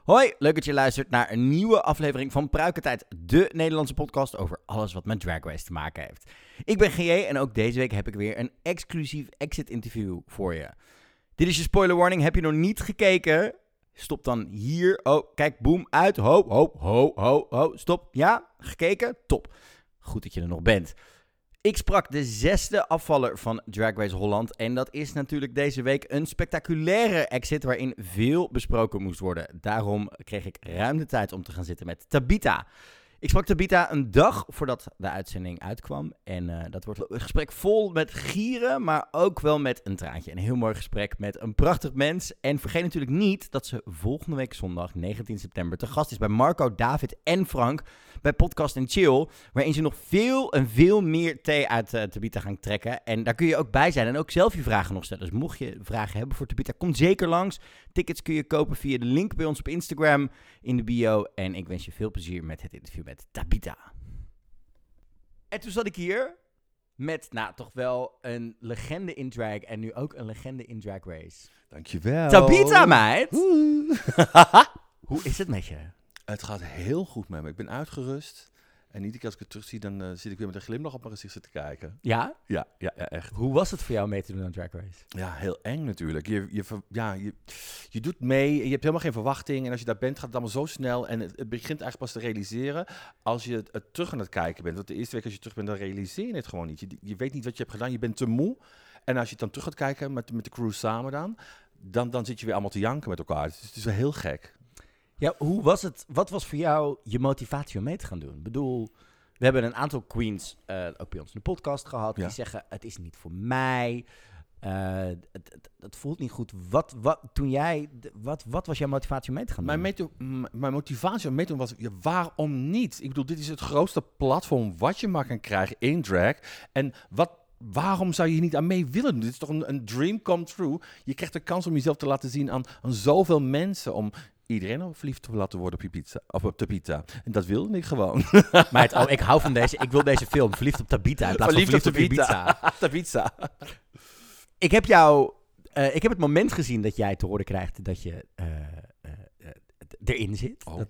Hoi, leuk dat je luistert naar een nieuwe aflevering van Pruikentijd, de Nederlandse podcast over alles wat met Drag Race te maken heeft. Ik ben GJ en ook deze week heb ik weer een exclusief exit-interview voor je. Dit is je spoiler warning, heb je nog niet gekeken? Stop dan hier. Oh, kijk, boem, uit. Ho, stop. Ja, gekeken? Top. Goed dat je er nog bent. Ik sprak de 6e afvaller van Drag Race Holland en dat is natuurlijk deze week een spectaculaire exit waarin veel besproken moest worden. Daarom kreeg ik ruim de tijd om te gaan zitten met Tabitha. Ik sprak Tabitha een dag voordat de uitzending uitkwam en dat wordt een gesprek vol met gieren, maar ook wel met een traantje. Een heel mooi gesprek met een prachtig mens. En vergeet natuurlijk niet dat ze volgende week zondag 19 september te gast is bij Marco, David en Frank bij Podcast & Chill, waarin ze nog veel meer thee uit Tabitha gaan trekken. En daar kun je ook bij zijn en ook zelf je vragen nog stellen. Dus mocht je vragen hebben voor Tabitha, kom zeker langs. Tickets kun je kopen via de link bij ons op Instagram in de bio. En ik wens je veel plezier met het interview met Tabitha. En toen zat ik hier met, toch wel een legende in drag en nu ook een legende in Drag Race. Dankjewel. Tabitha, meid! Hoe is het met je? Het gaat heel goed met me. Ik ben uitgerust. En iedere keer als ik het terugzie, dan zit ik weer met een glimlach op mijn gezicht te kijken. Ja? Ja, echt. Hoe was het voor jou mee te doen aan Drag Race? Ja, heel eng natuurlijk. Je doet mee, je hebt helemaal geen verwachting. En als je daar bent, gaat het allemaal zo snel. En het begint eigenlijk pas te realiseren als je het terug aan het kijken bent. Want de eerste week als je terug bent, dan realiseer je het gewoon niet. Je weet niet wat je hebt gedaan, je bent te moe. En als je het dan terug gaat kijken met de crew samen dan zit je weer allemaal te janken met elkaar. Dus het is wel heel gek. Ja, hoe was het? Wat was voor jou je motivatie om mee te gaan doen? Ik bedoel, we hebben een aantal queens ook bij ons in de podcast gehad. Die zeggen, het is niet voor mij. Het voelt niet goed. Wat was jouw motivatie om mee te gaan doen? Mijn motivatie om mee te doen was, waarom niet? Ik bedoel, dit is het grootste platform wat je maar kan krijgen in drag. En waarom zou je hier niet aan mee willen doen? Dit is toch een dream come true? Je krijgt de kans om jezelf te laten zien aan zoveel mensen, om iedereen al verliefd te laten worden op je pizza, of op Tabitha. En dat wilde ik gewoon. Maar ik hou van deze. Ik wil deze film. Verliefd op Tabitha in plaats van verliefd op je pizza. Tabitha. Ik heb het moment gezien dat jij te horen krijgt dat je erin zit. Oh.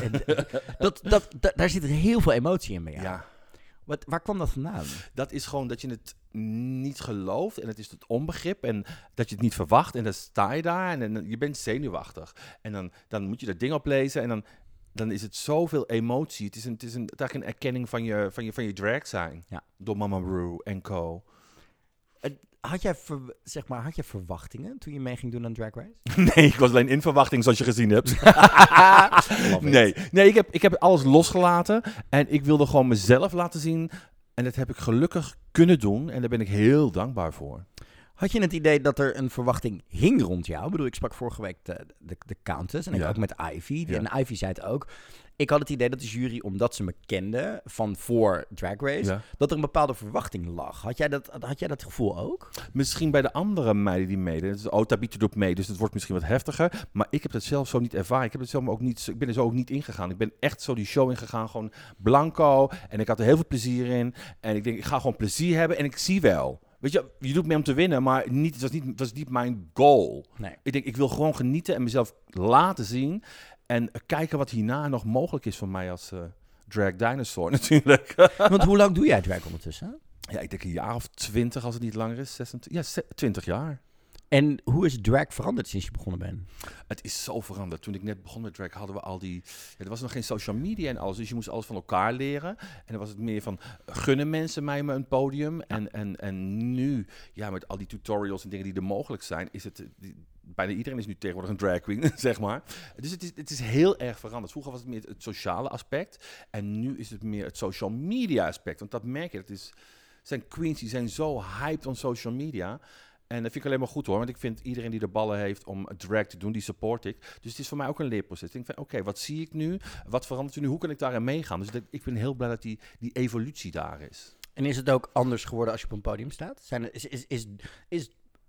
Daar zit heel veel emotie in bij jou. Ja. Waar kwam dat vandaan? Dat is gewoon dat je het niet gelooft en het is het onbegrip en dat je het niet verwacht en dan sta je daar en je bent zenuwachtig. En dan moet je dat ding oplezen en dan is het zoveel emotie. Het is eigenlijk een erkenning van je drag zijn. Ja. Door Mama Ru en co. Had jij verwachtingen toen je mee ging doen aan Drag Race? Nee, ik was alleen in verwachting zoals je gezien hebt. Nee, ik heb alles losgelaten en ik wilde gewoon mezelf laten zien. En dat heb ik gelukkig kunnen doen en daar ben ik heel dankbaar voor. Had je het idee dat er een verwachting hing rond jou? Ik bedoel, ik sprak vorige week de Countess en ik ook met Ivy. Ja. En Ivy zei het ook. Ik had het idee dat de jury, omdat ze me kende van voor Drag Race, dat er een bepaalde verwachting lag. Had jij dat gevoel ook? Misschien bij de andere meiden die meeden. Dus Tabitha doet mee, dus het wordt misschien wat heftiger. Maar ik heb het zelf zo niet ervaren. Ik ben er zo ook niet ingegaan. Ik ben echt zo die show ingegaan, gewoon blanco. En ik had er heel veel plezier in. En ik denk, ik ga gewoon plezier hebben en ik zie wel. Weet je doet mee om te winnen, maar dat was niet mijn goal. Nee. Ik denk, ik wil gewoon genieten en mezelf laten zien. En kijken wat hierna nog mogelijk is voor mij als drag dinosaur natuurlijk. Want hoe lang doe jij drag ondertussen? Ja, ik denk een jaar of 20 als het niet langer is. 26, ja, 20 jaar. En hoe is drag veranderd sinds je begonnen bent? Het is zo veranderd. Toen ik net begon met drag hadden we al die... Ja, er was nog geen social media en alles, dus je moest alles van elkaar leren. En dan was het meer van, gunnen mensen mij een podium? Ja. En nu, ja, met al die tutorials en dingen die er mogelijk zijn, is het... Bijna iedereen is nu tegenwoordig een drag queen, zeg maar. Dus het is heel erg veranderd. Vroeger was het meer het sociale aspect. En nu is het meer het social media aspect. Want dat merk je. Zijn queens die zijn zo hyped on social media. En dat vind ik alleen maar goed hoor. Want ik vind iedereen die de ballen heeft om drag te doen, die support ik. Dus het is voor mij ook een leerproces. Ik denk van oké, wat zie ik nu? Wat verandert er nu? Hoe kan ik daarin meegaan? Dus ik ben heel blij dat die evolutie daar is. En is het ook anders geworden als je op een podium staat? Is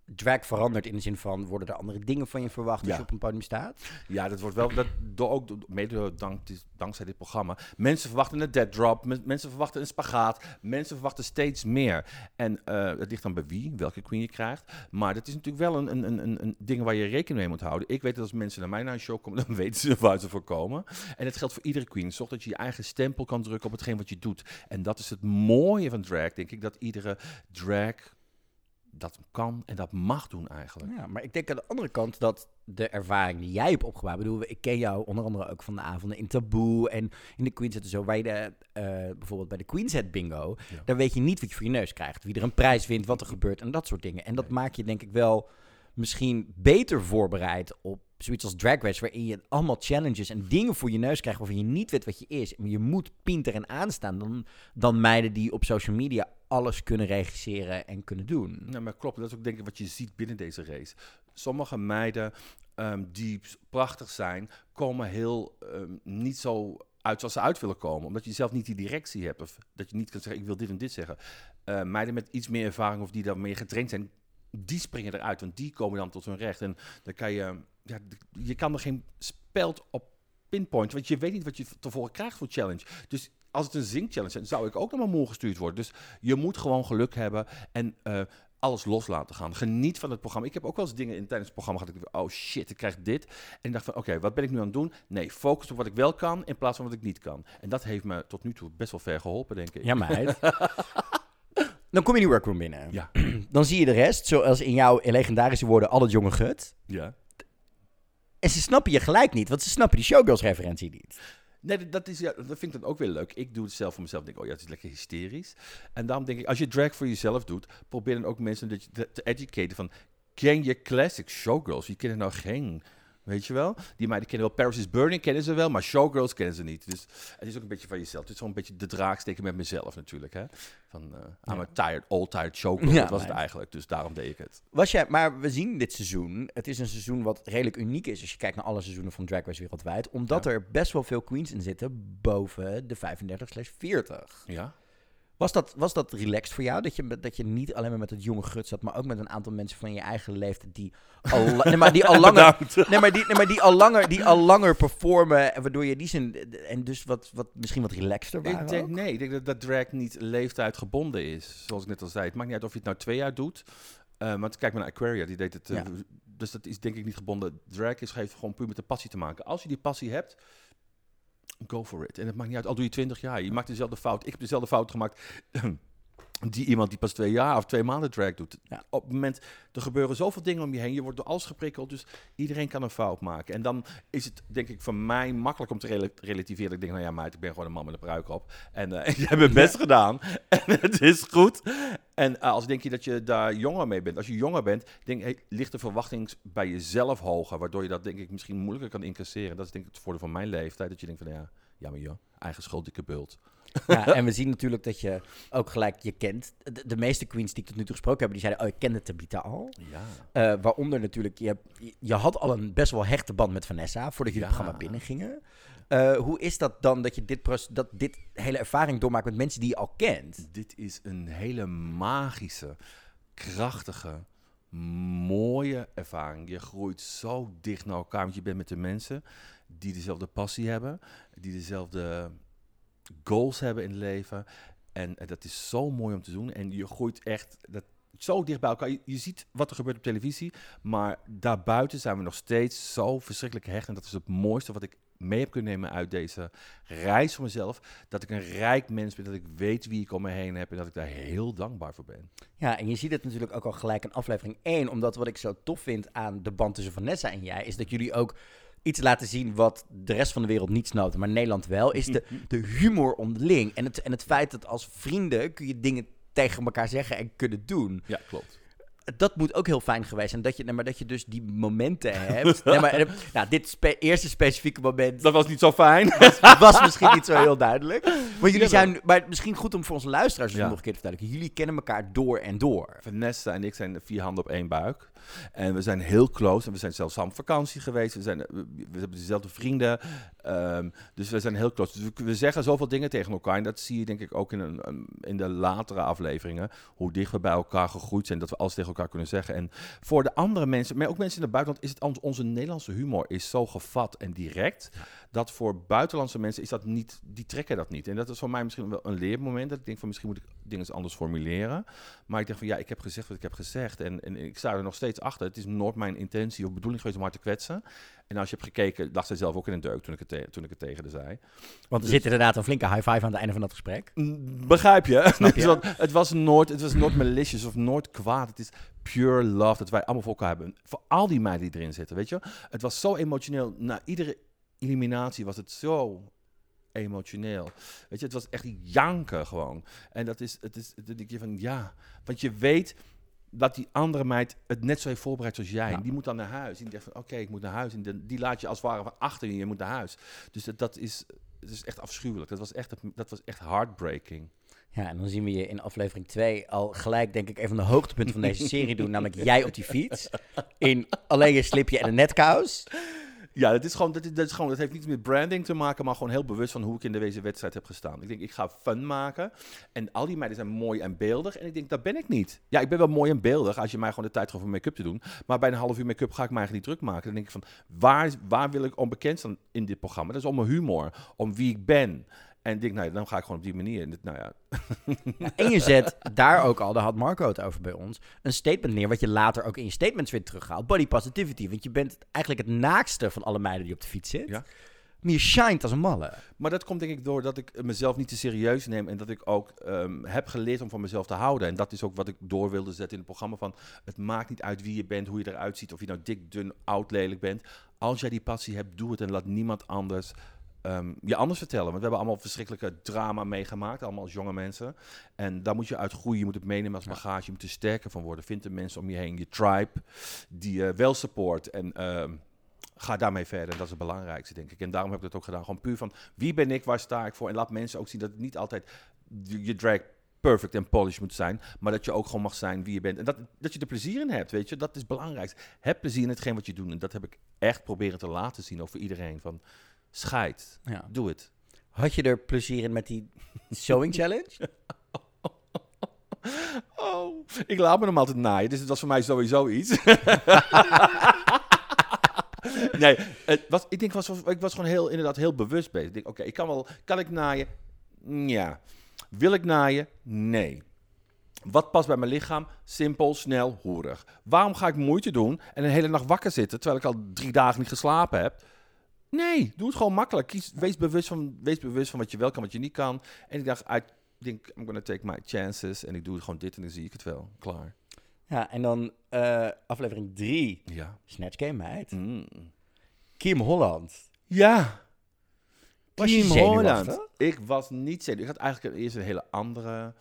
drag verandert in de zin van, worden er andere dingen van je verwacht als je op een podium staat? Ja, dat wordt wel, mede dankzij dit programma. Mensen verwachten een dead drop, mensen verwachten een spagaat, mensen verwachten steeds meer. En het ligt dan bij wie, welke queen je krijgt. Maar dat is natuurlijk wel een ding waar je rekening mee moet houden. Ik weet dat als mensen naar een show komen, dan weten ze waar ze voor komen. En het geldt voor iedere queen. Zorg dat je je eigen stempel kan drukken op hetgeen wat je doet. En dat is het mooie van drag, denk ik, dat iedere drag dat kan en dat mag doen eigenlijk. Ja, maar ik denk aan de andere kant dat de ervaring die jij hebt opgebouwd... Ik ken jou onder andere ook van de avonden in Taboe en in de Queenset en zo... waar je bijvoorbeeld bij de Queenset bingo... daar weet je niet wat je voor je neus krijgt. Wie er een prijs wint, wat er gebeurt en dat soort dingen. En dat maak je denk ik wel misschien beter voorbereid op zoiets als Drag Race... waarin je allemaal challenges en dingen voor je neus krijgt... waarvan je niet weet wat je is. En je moet pinter en aanstaan dan meiden die op social media... alles kunnen regisseren en kunnen doen. Nou, maar klopt. Dat is ook denk ik wat je ziet binnen deze race. Sommige meiden die prachtig zijn, komen heel niet zo uit zoals ze uit willen komen. Omdat je zelf niet die directie hebt. Of dat je niet kan zeggen, ik wil dit en dit zeggen. Meiden met iets meer ervaring of die daar meer getraind zijn, die springen eruit. Want die komen dan tot hun recht. En dan kan je kan er geen speld op pinpointen. Want je weet niet wat je tevoren krijgt voor challenge. Dus als het een zing-challenge is, zou ik ook naar mijn mol gestuurd worden. Dus je moet gewoon geluk hebben en alles los laten gaan. Geniet van het programma. Ik heb ook wel eens dingen tijdens het programma gehad. Oh shit, ik krijg dit. En ik dacht van, oké, wat ben ik nu aan het doen? Nee, focus op wat ik wel kan in plaats van wat ik niet kan. En dat heeft me tot nu toe best wel ver geholpen, denk ik. Ja, meid. Dan kom je in die workroom binnen. Ja. Dan zie je de rest, zoals in jouw legendarische woorden, al het jonge gut. Ja. En ze snappen je gelijk niet, want ze snappen die Showgirls-referentie niet. Nee, dat vind ik dan ook weer leuk. Ik doe het zelf voor mezelf. Ik denk, het is lekker hysterisch. En daarom denk ik, als je drag voor jezelf doet, probeer dan ook mensen te educaten van, ken je classic Showgirls? Je kent er nou geen, weet je wel? Die meiden kennen wel Paris is Burning, kennen ze wel, maar Showgirls kennen ze niet. Dus het is ook een beetje van jezelf. Het is gewoon een beetje de draak steken met mezelf natuurlijk, hè? Van, I'm a old-tired showgirl, dat was het eigenlijk. Dus daarom deed ik het. Maar we zien dit seizoen, het is een seizoen wat redelijk uniek is als je kijkt naar alle seizoenen van Drag Race wereldwijd, omdat er best wel veel queens in zitten boven de 35/40. Ja. Was dat relaxed voor jou? Dat je niet alleen maar met het jonge gut zat, maar ook met een aantal mensen van je eigen leeftijd die al langer performen, en waardoor je die zin en dus wat misschien wat relaxter waren? Ik denk dat drag niet leeftijd gebonden is, zoals ik net al zei. Het maakt niet uit of je het nou 2 jaar doet. Want kijk maar naar Aquaria, die deed het. Dus dat is denk ik niet gebonden. Drag heeft gewoon puur met de passie te maken. Als je die passie hebt, go for it. En het maakt niet uit, al doe je 20 jaar. Je maakt dezelfde fout. Ik heb dezelfde fout gemaakt die iemand die pas 2 jaar of 2 maanden drag doet. Ja. Op het moment, er gebeuren zoveel dingen om je heen. Je wordt door alles geprikkeld, dus iedereen kan een fout maken. En dan is het, denk ik, voor mij makkelijk om te relativeren. Ik denk, nou ja, meid, ik ben gewoon een man met een pruik op. En ik heb mijn best gedaan. En het is goed. En als denk je dat je daar jonger mee bent. Als je jonger bent, ligt de verwachting bij jezelf hoger. Waardoor je dat, denk ik, misschien moeilijker kan incasseren. Dat is denk ik het voordeel van mijn leeftijd. Dat je denkt van, ja maar joh, eigen schuld, dikke bult. Ja, en we zien natuurlijk dat je ook gelijk je kent. De meeste queens die ik tot nu toe gesproken heb, die zeiden, ik kende Tabitha al. Ja. Waaronder natuurlijk, je had al een best wel hechte band met Vanessa voordat jullie het programma binnengingen. Hoe is dat dan dat je dit hele ervaring doormaakt met mensen die je al kent? Dit is een hele magische, krachtige, mooie ervaring. Je groeit zo dicht naar elkaar, want je bent met de mensen die dezelfde passie hebben, die dezelfde goals hebben in het leven. En dat is zo mooi om te doen. En je groeit echt zo dicht bij elkaar. Je ziet wat er gebeurt op televisie, maar daarbuiten zijn we nog steeds zo verschrikkelijk hecht. En dat is het mooiste wat ik mee heb kunnen nemen uit deze reis voor mezelf. Dat ik een rijk mens ben, dat ik weet wie ik om me heen heb en dat ik daar heel dankbaar voor ben. Ja, en je ziet het natuurlijk ook al gelijk in aflevering 1, omdat wat ik zo tof vind aan de band tussen Vanessa en jij, is dat jullie ook iets laten zien wat de rest van de wereld niet snapt, maar Nederland wel, is de humor onderling. En het feit dat als vrienden kun je dingen tegen elkaar zeggen en kunnen doen. Ja, klopt. Dat moet ook heel fijn geweest zijn, dat je dus die momenten hebt. Dit eerste specifieke moment, dat was niet zo fijn. Was misschien niet zo heel duidelijk. Maar jullie zijn, maar misschien goed om voor onze luisteraars nog een keer te vertellen. Jullie kennen elkaar door en door. Vanessa en ik zijn 4 handen op 1 buik. En we zijn heel close. En we zijn zelfs samen op vakantie geweest. We hebben dezelfde vrienden. Dus we zijn heel close. Dus we zeggen zoveel dingen tegen elkaar. En dat zie je denk ik ook in de latere afleveringen. Hoe dicht we bij elkaar gegroeid zijn. Dat we alles tegen elkaar kunnen zeggen. En voor de andere mensen, maar ook mensen in het buitenland, is het onze Nederlandse humor is zo gevat en direct. Dat voor buitenlandse mensen is dat niet, die trekken dat niet. En dat is voor mij misschien wel een leermoment. Dat ik denk van misschien moet ik dingen anders formuleren. Maar ik denk van ja, ik heb gezegd wat ik heb gezegd. En ik sta er nog steeds achter. Het is nooit mijn intentie of bedoeling geweest om haar te kwetsen. En als je hebt gekeken, lag zij zelf ook in een deuk toen ik het tegen haar zei. Want er zit inderdaad een flinke high five aan het einde van dat gesprek. Begrijp je? Snap je? Het was nooit malicious of nooit kwaad. Het is pure love dat wij allemaal voor elkaar hebben. Voor al die meiden die erin zitten, weet je. Het was zo emotioneel. Na iedere eliminatie was het zo emotioneel. Weet je, het was echt janken gewoon. En dat denk je van ja, want je weet dat die andere meid het net zo heeft voorbereid zoals jij. Ja. En die moet dan naar huis. Die denkt van oké, ik moet naar huis. En die laat je als het ware van achter je moet naar huis. Dus het is echt afschuwelijk. Dat was echt heartbreaking. Ja, en dan zien we je in aflevering 2 al gelijk, denk ik, een van de hoogtepunten van deze serie doen. Namelijk jij op die fiets. In alleen je slipje en een netkous. Ja, dat heeft niets met branding te maken, maar gewoon heel bewust van hoe ik in deze wedstrijd heb gestaan. Ik denk, ik ga fun maken. En al die meiden zijn mooi en beeldig. En ik denk, dat ben ik niet. Ja, ik ben wel mooi en beeldig als je mij gewoon de tijd geeft om make-up te doen. Maar bij een half uur make-up ga ik mij eigenlijk niet druk maken. Dan denk ik van, waar wil ik onbekend staan in dit programma? Dat is om mijn humor, om wie ik ben. En ik denk, nou ja, dan ga ik gewoon op die manier. Nou ja. En je zet daar ook al, daar had Marco het over bij ons, een statement neer, wat je later ook in je statements weer terughaalt. Body positivity, want je bent eigenlijk het naakste van alle meiden die op de fiets zit. Ja. Maar je shined als een malle. Maar dat komt denk ik door dat ik mezelf niet te serieus neem en dat ik ook heb geleerd om van mezelf te houden. En dat is ook wat ik door wilde zetten in het programma van, het maakt niet uit wie je bent, hoe je eruit ziet, of je nou dik, dun, oud, lelijk bent. Als jij die passie hebt, doe het en laat niemand anders je anders vertellen. Want we hebben allemaal verschrikkelijke drama meegemaakt, allemaal als jonge mensen. En daar moet je uit groeien, je moet het meenemen als bagage, je moet er sterker van worden. Vind de mensen om je heen, je tribe, die je wel support en ga daarmee verder. Dat is het belangrijkste, denk ik. En daarom heb ik dat ook gedaan. Gewoon puur van, wie ben ik, waar sta ik voor? En laat mensen ook zien dat het niet altijd je drag perfect en polished moet zijn, maar dat je ook gewoon mag zijn wie je bent. En dat je er plezier in hebt, weet je. Dat is het belangrijkste. Heb plezier in hetgeen wat je doet. En dat heb ik echt proberen te laten zien over iedereen. Van, scheid. Ja. Doe het. Had je er plezier in met die sewing challenge? Oh, ik laat me hem altijd naaien, dus het was voor mij sowieso iets. Nee, ik was gewoon inderdaad heel bewust bezig. Ik denk, oké, kan ik naaien? Ja. Wil ik naaien? Nee. Wat past bij mijn lichaam? Simpel, snel, hoerig. Waarom ga ik moeite doen en een hele nacht wakker zitten, terwijl ik al 3 dagen niet geslapen heb? Nee, doe het gewoon makkelijk. Wees bewust van wat je wel kan, wat je niet kan. En ik dacht, I'm gonna take my chances. En ik doe gewoon dit en dan zie ik het wel. Klaar. Ja, en dan aflevering 3. Ja. Snatch Game, meid. Mm. Kim Holland. Ja. Was je Kim zenuwachtig? Holland. Ik was niet zenuwachtig. Ik had eigenlijk eerst een hele andere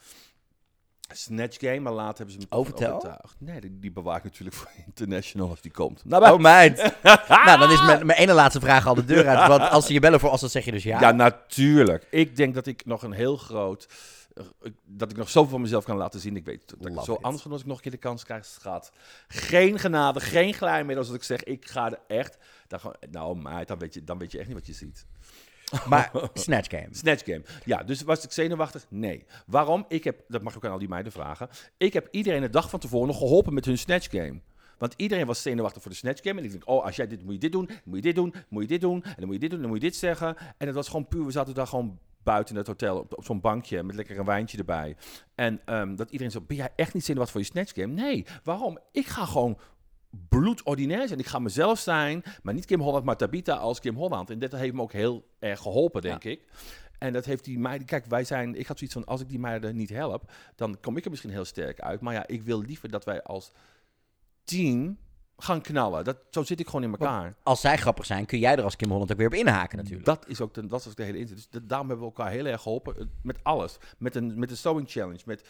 Snatch Game, maar later hebben ze me Vertel. overtuigd. Nee, die bewaar ik natuurlijk voor International als die komt. Nou, Oh, meid. Nou, dan is mijn ene laatste vraag al de deur uit. Want als ze je bellen voor als, dan zeg je dus ja. Ja, natuurlijk. Ik denk dat ik nog een heel groot... dat ik nog zoveel van mezelf kan laten zien. Ik weet dat ik zo anders van als ik nog een keer de kans krijg, schat. Geen genade, geen glijmiddel. Als ik zeg, ik ga er echt... Nou, meid, dan weet je echt niet wat je ziet. Maar Snatch Game. Snatch Game. Ja, dus was ik zenuwachtig? Nee. Waarom? Dat mag ik ook aan al die meiden vragen. Ik heb iedereen de dag van tevoren nog geholpen met hun Snatch Game. Want iedereen was zenuwachtig voor de Snatch Game. En ik denk, als jij dit moet je dit doen, moet je dit doen, moet je dit doen. En dan moet je dit doen, dan moet je dit zeggen. En het was gewoon puur, we zaten daar gewoon buiten het hotel op zo'n bankje met lekker een wijntje erbij. En dat iedereen zo, ben jij echt niet zenuwachtig voor je Snatch Game? Nee. Waarom? Ik ga gewoon bloedordinair zijn. Ik ga mezelf zijn, maar niet Kim Holland, maar Tabitha als Kim Holland. En dat heeft me ook heel erg geholpen, denk ik. En dat heeft die meiden... Kijk, ik had zoiets van, als ik die meiden niet help, dan kom ik er misschien heel sterk uit. Maar ja, ik wil liever dat wij als team gaan knallen. Zo zit ik gewoon in elkaar. Want als zij grappig zijn, kun jij er als Kim Holland ook weer op inhaken natuurlijk. Dat is ook de hele inzet. Dus daarom hebben we elkaar heel erg geholpen. Met alles. Met de sewing challenge. Met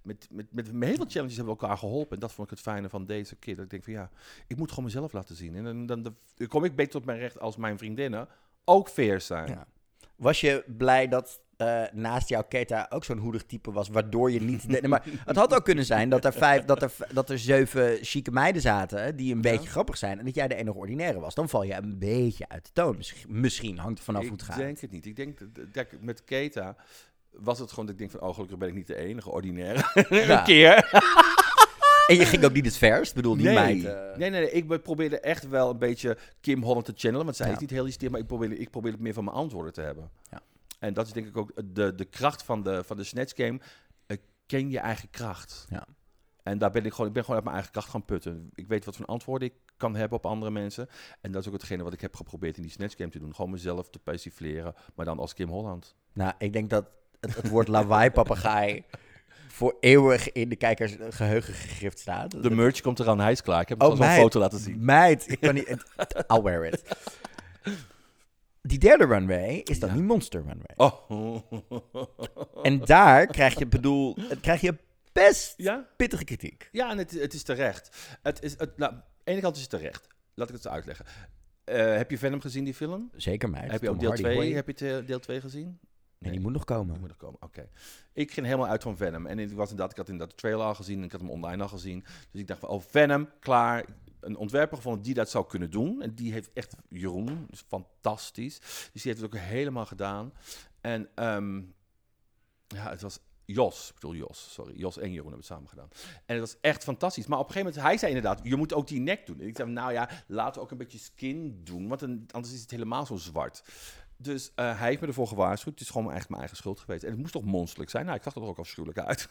heel veel challenges hebben we elkaar geholpen. En dat vond ik het fijne van deze keer. Dat ik denk van ja, ik moet gewoon mezelf laten zien. En dan kom ik beter tot mijn recht als mijn vriendinnen ook fair zijn. Ja. Was je blij dat naast jouw Keta ook zo'n hoedig type was, waardoor je niet... Nee, maar het had ook kunnen zijn dat er 7 chique meiden zaten die een beetje grappig zijn en dat jij de enige ordinaire was. Dan val je een beetje uit de toon. Misschien hangt het vanaf hoe het gaat. Ik denk het niet. Ik denk dat met Keta was het gewoon dat ik denk van, oh, gelukkig ben ik niet de enige ordinaire. Een keer. En je ging ook niet het verst? Ik bedoel, die meid... Nee. Ik probeerde echt wel een beetje Kim Holland te channelen. Want zij is niet heel lief, maar ik probeerde het meer van mijn antwoorden te hebben. Ja. En dat is denk ik ook de kracht van de Snatch Game. Ken je eigen kracht. Ja. En daar ben ik ben gewoon uit mijn eigen kracht gaan putten. Ik weet wat voor antwoorden ik kan hebben op andere mensen. En dat is ook hetgene wat ik heb geprobeerd in die Snatch Game te doen. Gewoon mezelf te persifleren, maar dan als Kim Holland. Nou, ik denk dat het woord lawaai-papegaai voor eeuwig in de kijkers geheugen gegrift staat. De merch komt eraan, hij is klaar. Ik heb hem zo'n foto laten zien. Meid, ik kan niet... I'll wear it. Die derde runway is dan die Monster Runway. Oh. En daar krijg je best pittige kritiek. Ja, en het is terecht. Aan de ene kant is het terecht. Laat ik het zo uitleggen. Heb je Venom gezien, die film? Zeker, meid. Heb je ook deel 2? Heb je deel 2 gezien? Nee, die moet nog komen. Die moet nog komen, oké. Ik ging helemaal uit van Venom. En ik had inderdaad de trailer al gezien en ik had hem online al gezien. Dus ik dacht van, Venom, klaar. Een ontwerper gevonden die dat zou kunnen doen. En die heeft echt Jeroen, dus fantastisch. Dus die heeft het ook helemaal gedaan. En het was Jos en Jeroen hebben het samen gedaan. En het was echt fantastisch. Maar op een gegeven moment, hij zei inderdaad, je moet ook die nek doen. En ik zei, laten we ook een beetje skin doen. Want anders is het helemaal zo zwart. Dus hij heeft me ervoor gewaarschuwd. Het is gewoon echt mijn eigen schuld geweest. En het moest toch monsterlijk zijn? Nou, ik zag er ook afschuwelijk uit.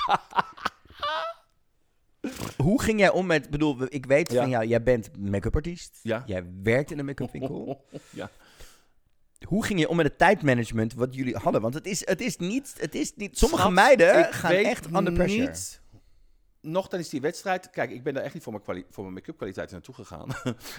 Hoe ging jij om met... Ik bedoel, ik weet van jou, jij bent make-up artiest. Ja. Jij werkt in een make-up winkel. Ja. Hoe ging je om met het tijdmanagement wat jullie hadden? Want het is niet... Sommige meiden gaan echt under pressure. Nog tijdens die wedstrijd... Kijk, ik ben daar echt niet voor mijn make-up kwaliteit naartoe gegaan.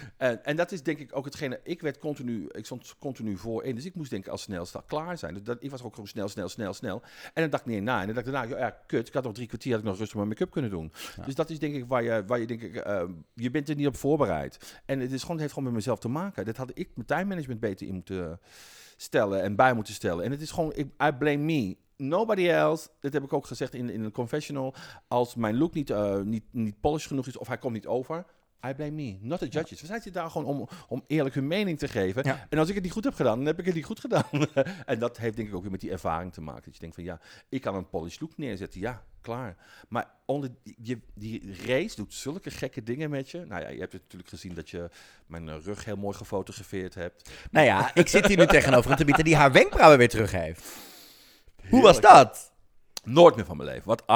en dat is denk ik ook hetgene... Ik stond continu voorin. Dus ik moest denk ik al snel klaar zijn. Dus ik was ook gewoon snel. En dan dacht ik niet na. En dan dacht ik daarna, kut. Ik had nog 3 kwartier, had ik nog rustig mijn make-up kunnen doen. Ja. Dus dat is denk ik waar je denk ik... je bent er niet op voorbereid. En het heeft gewoon met mezelf te maken. Dat had ik mijn time management beter in moeten stellen en bij moeten stellen. En het is gewoon... I blame me. Nobody else, dat heb ik ook gezegd in een confessional. Als mijn look niet polished genoeg is of hij komt niet over, I blame me, not the judges. We zijn daar gewoon om eerlijk hun mening te geven. Ja. En als ik het niet goed heb gedaan, dan heb ik het niet goed gedaan. En dat heeft denk ik ook weer met die ervaring te maken. Dat je denkt van ik kan een polished look neerzetten. Ja, klaar. Maar onder die race doet zulke gekke dingen met je. Nou ja, je hebt het natuurlijk gezien dat je mijn rug heel mooi gefotografeerd hebt. Nou ja, ik zit hier nu tegenover een Tabitha die haar wenkbrauwen weer terug heeft. Hoe was dat? Nooit meer van mijn leven. Wat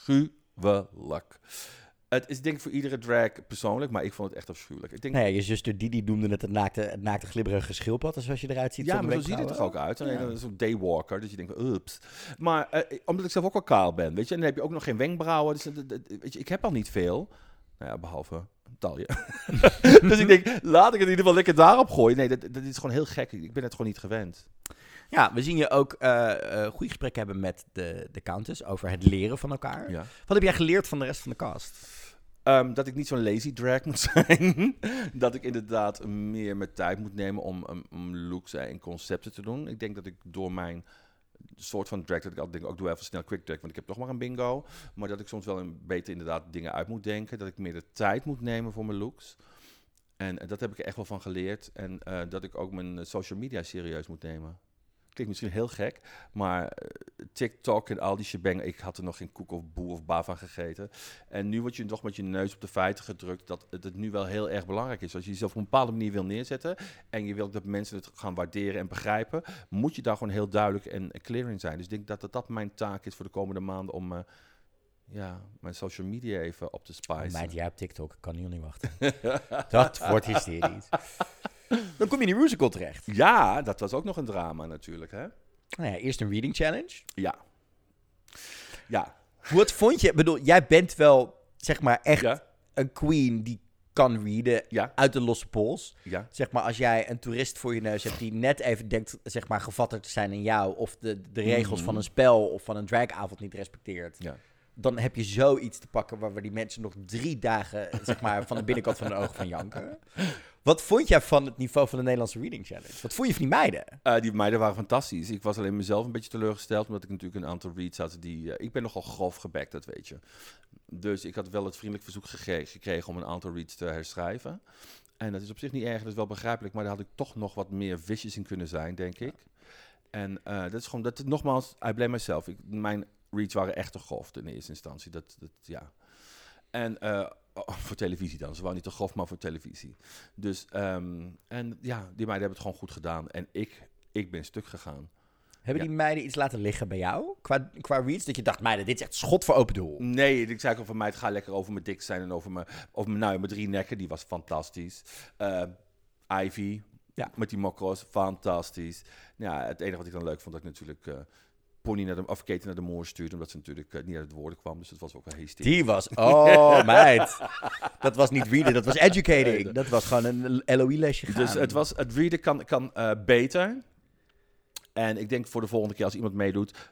afschuwelijk. Het is denk ik voor iedere drag persoonlijk, maar ik vond het echt afschuwelijk. Ik denk... Nee, je zuster Didi noemde het naakte glibberige schildpad, zoals je eruit ziet. Ja, maar zo ziet het er ook uit. Zo'n daywalker, dus je denkt, ups. Maar omdat ik zelf ook wel kaal ben, weet je, en dan heb je ook nog geen wenkbrauwen. Dus, weet je, ik heb al niet veel. Nou ja, behalve een talje. Dus ik denk, laat ik het in ieder geval lekker daarop gooien. Nee, dat is gewoon heel gek. Ik ben het gewoon niet gewend. Ja, we zien je ook goede gesprekken hebben met de Countess over het leren van elkaar. Ja. Wat heb jij geleerd van de rest van de cast? Dat ik niet zo'n lazy drag moet zijn. Dat ik inderdaad meer mijn tijd moet nemen om looks en concepten te doen. Ik denk dat ik door mijn soort van drag, dat ik altijd denk, doe even snel quick drag, want ik heb toch maar een bingo. Maar dat ik soms wel beter inderdaad dingen uit moet denken. Dat ik meer de tijd moet nemen voor mijn looks. En dat heb ik er echt wel van geleerd. En dat ik ook mijn social media serieus moet nemen. Klinkt misschien heel gek, maar TikTok en al die shebang, ik had er nog geen koek of boe of ba van gegeten. En nu word je toch met je neus op de feiten gedrukt dat het nu wel heel erg belangrijk is. Als je jezelf op een bepaalde manier wil neerzetten en je wilt dat mensen het gaan waarderen en begrijpen, moet je daar gewoon heel duidelijk en clear in zijn. Dus ik denk dat mijn taak is voor de komende maanden om mijn social media even op te spicen. Meid, jij op TikTok, kan heel niet wachten. Dat wordt hysterisch. Dan kom je in die musical terecht. Ja, dat was ook nog een drama natuurlijk, hè? Nou ja, eerst een reading challenge. Ja. Wat vond je? Ik bedoel, jij bent wel, zeg maar, echt een queen die kan readen uit de losse pols. Ja. Zeg maar, als jij een toerist voor je neus hebt die net even denkt, zeg maar, gevatter te zijn in jou, of de regels van een spel of van een dragavond niet respecteert. Ja. Dan heb je zoiets te pakken waar we die mensen nog 3 dagen, zeg maar, van de binnenkant van de ogen van janken. Wat vond jij van het niveau van de Nederlandse Reading Challenge? Wat vond je van die meiden? Die meiden waren fantastisch. Ik was alleen mezelf een beetje teleurgesteld, omdat ik natuurlijk een aantal reads had die... ik ben nogal grof gebackt, dat weet je. Dus ik had wel het vriendelijk verzoek gekregen om een aantal reads te herschrijven. En dat is op zich niet erg, dat is wel begrijpelijk, maar daar had ik toch nog wat meer vicious in kunnen zijn, denk ik. En dat is gewoon, nogmaals, I blame myself. Mijn reads waren echt te grof in eerste instantie, ja. En voor televisie dan, ze waren niet te grof, maar voor televisie. Dus, en ja, die meiden hebben het gewoon goed gedaan. En ik ben stuk gegaan. Hebben die meiden iets laten liggen bij jou? Qua reads? Dat je dacht, meiden, dit is echt schot voor open doel. Nee, ik zei ook van mij, het gaat lekker over mijn dik zijn en over mijn 3 nekken. Die was fantastisch. Ivy, met die mokro's, fantastisch. Ja, het enige wat ik dan leuk vond, dat ik natuurlijk Katie naar de moor stuurde, omdat ze natuurlijk niet uit het woorden kwam. Dus dat was ook wel hysterisch. Die was, meid. Dat was niet readen, dat was educating. Dat was gewoon een LOE-lesje gaan. Dus het readen kan beter. En ik denk voor de volgende keer als iemand meedoet,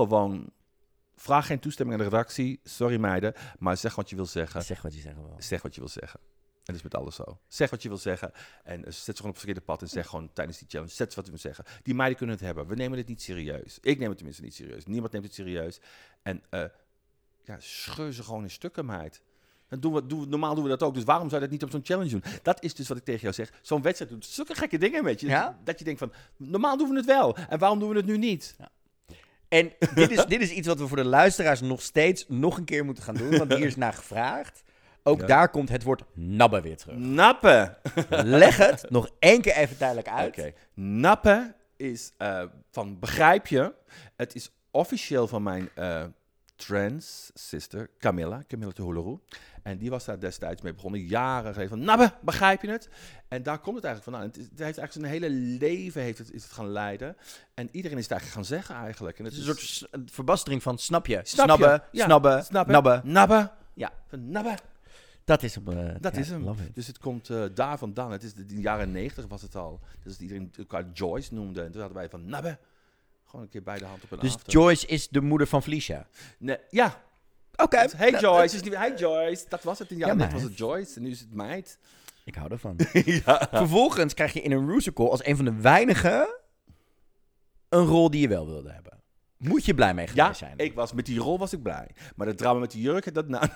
vraag geen toestemming aan de redactie. Sorry meiden, maar zeg wat je wil zeggen. Zeg wat je zeggen wil. Zeg wat je wil zeggen. En dat is met alles zo. Zeg wat je wil zeggen en zet ze gewoon op het verkeerde pad en zeg gewoon tijdens die challenge, zet wat je wil zeggen. Die meiden kunnen het hebben. We nemen het niet serieus. Ik neem het tenminste niet serieus. Niemand neemt het serieus. En scheur ze gewoon in stukken, meid. Normaal doen we dat ook, dus waarom zou je dat niet op zo'n challenge doen? Dat is dus wat ik tegen jou zeg. Zo'n wedstrijd doet zulke gekke dingen met je. Ja? Dat je denkt van, normaal doen we het wel. En waarom doen we het nu niet? Ja. En dit is iets wat we voor de luisteraars nog een keer moeten gaan doen, want hier is naar gevraagd. Ook daar komt het woord nabben weer terug. Nappen! Leg het nog 1 keer even duidelijk uit. Oké. Nappen is van begrijp je. Het is officieel van mijn trans sister Camilla Tehuleroe. En die was daar destijds mee begonnen, jaren geleden. Van nabben, begrijp je het? En daar komt het eigenlijk vandaan. Het heeft eigenlijk zijn hele leven is het gaan leiden. En iedereen is het eigenlijk gaan zeggen eigenlijk. En het is een soort verbastering van snap je? Snabben, snabben, nabben. Ja. Nabben. Dat is hem. Dat is hem. Dus het komt daar vandaan. Het is in de jaren 90 was het al. Dus iedereen elkaar Joyce noemde. En toen hadden wij van nabben. Gewoon een keer bij de hand op een Dus after. Joyce is de moeder van Felicia? Nee, ja. Oké. Hey Joyce. Hey Joyce. Dat was het in de jaren 90 was het Joyce. En nu is het meid. Ik hou ervan. Ja. Vervolgens krijg je in een musical als een van de weinigen een rol die je wel wilde hebben. Moet je blij mee geweest zijn? Met die rol was ik blij. Maar het drama met die jurken,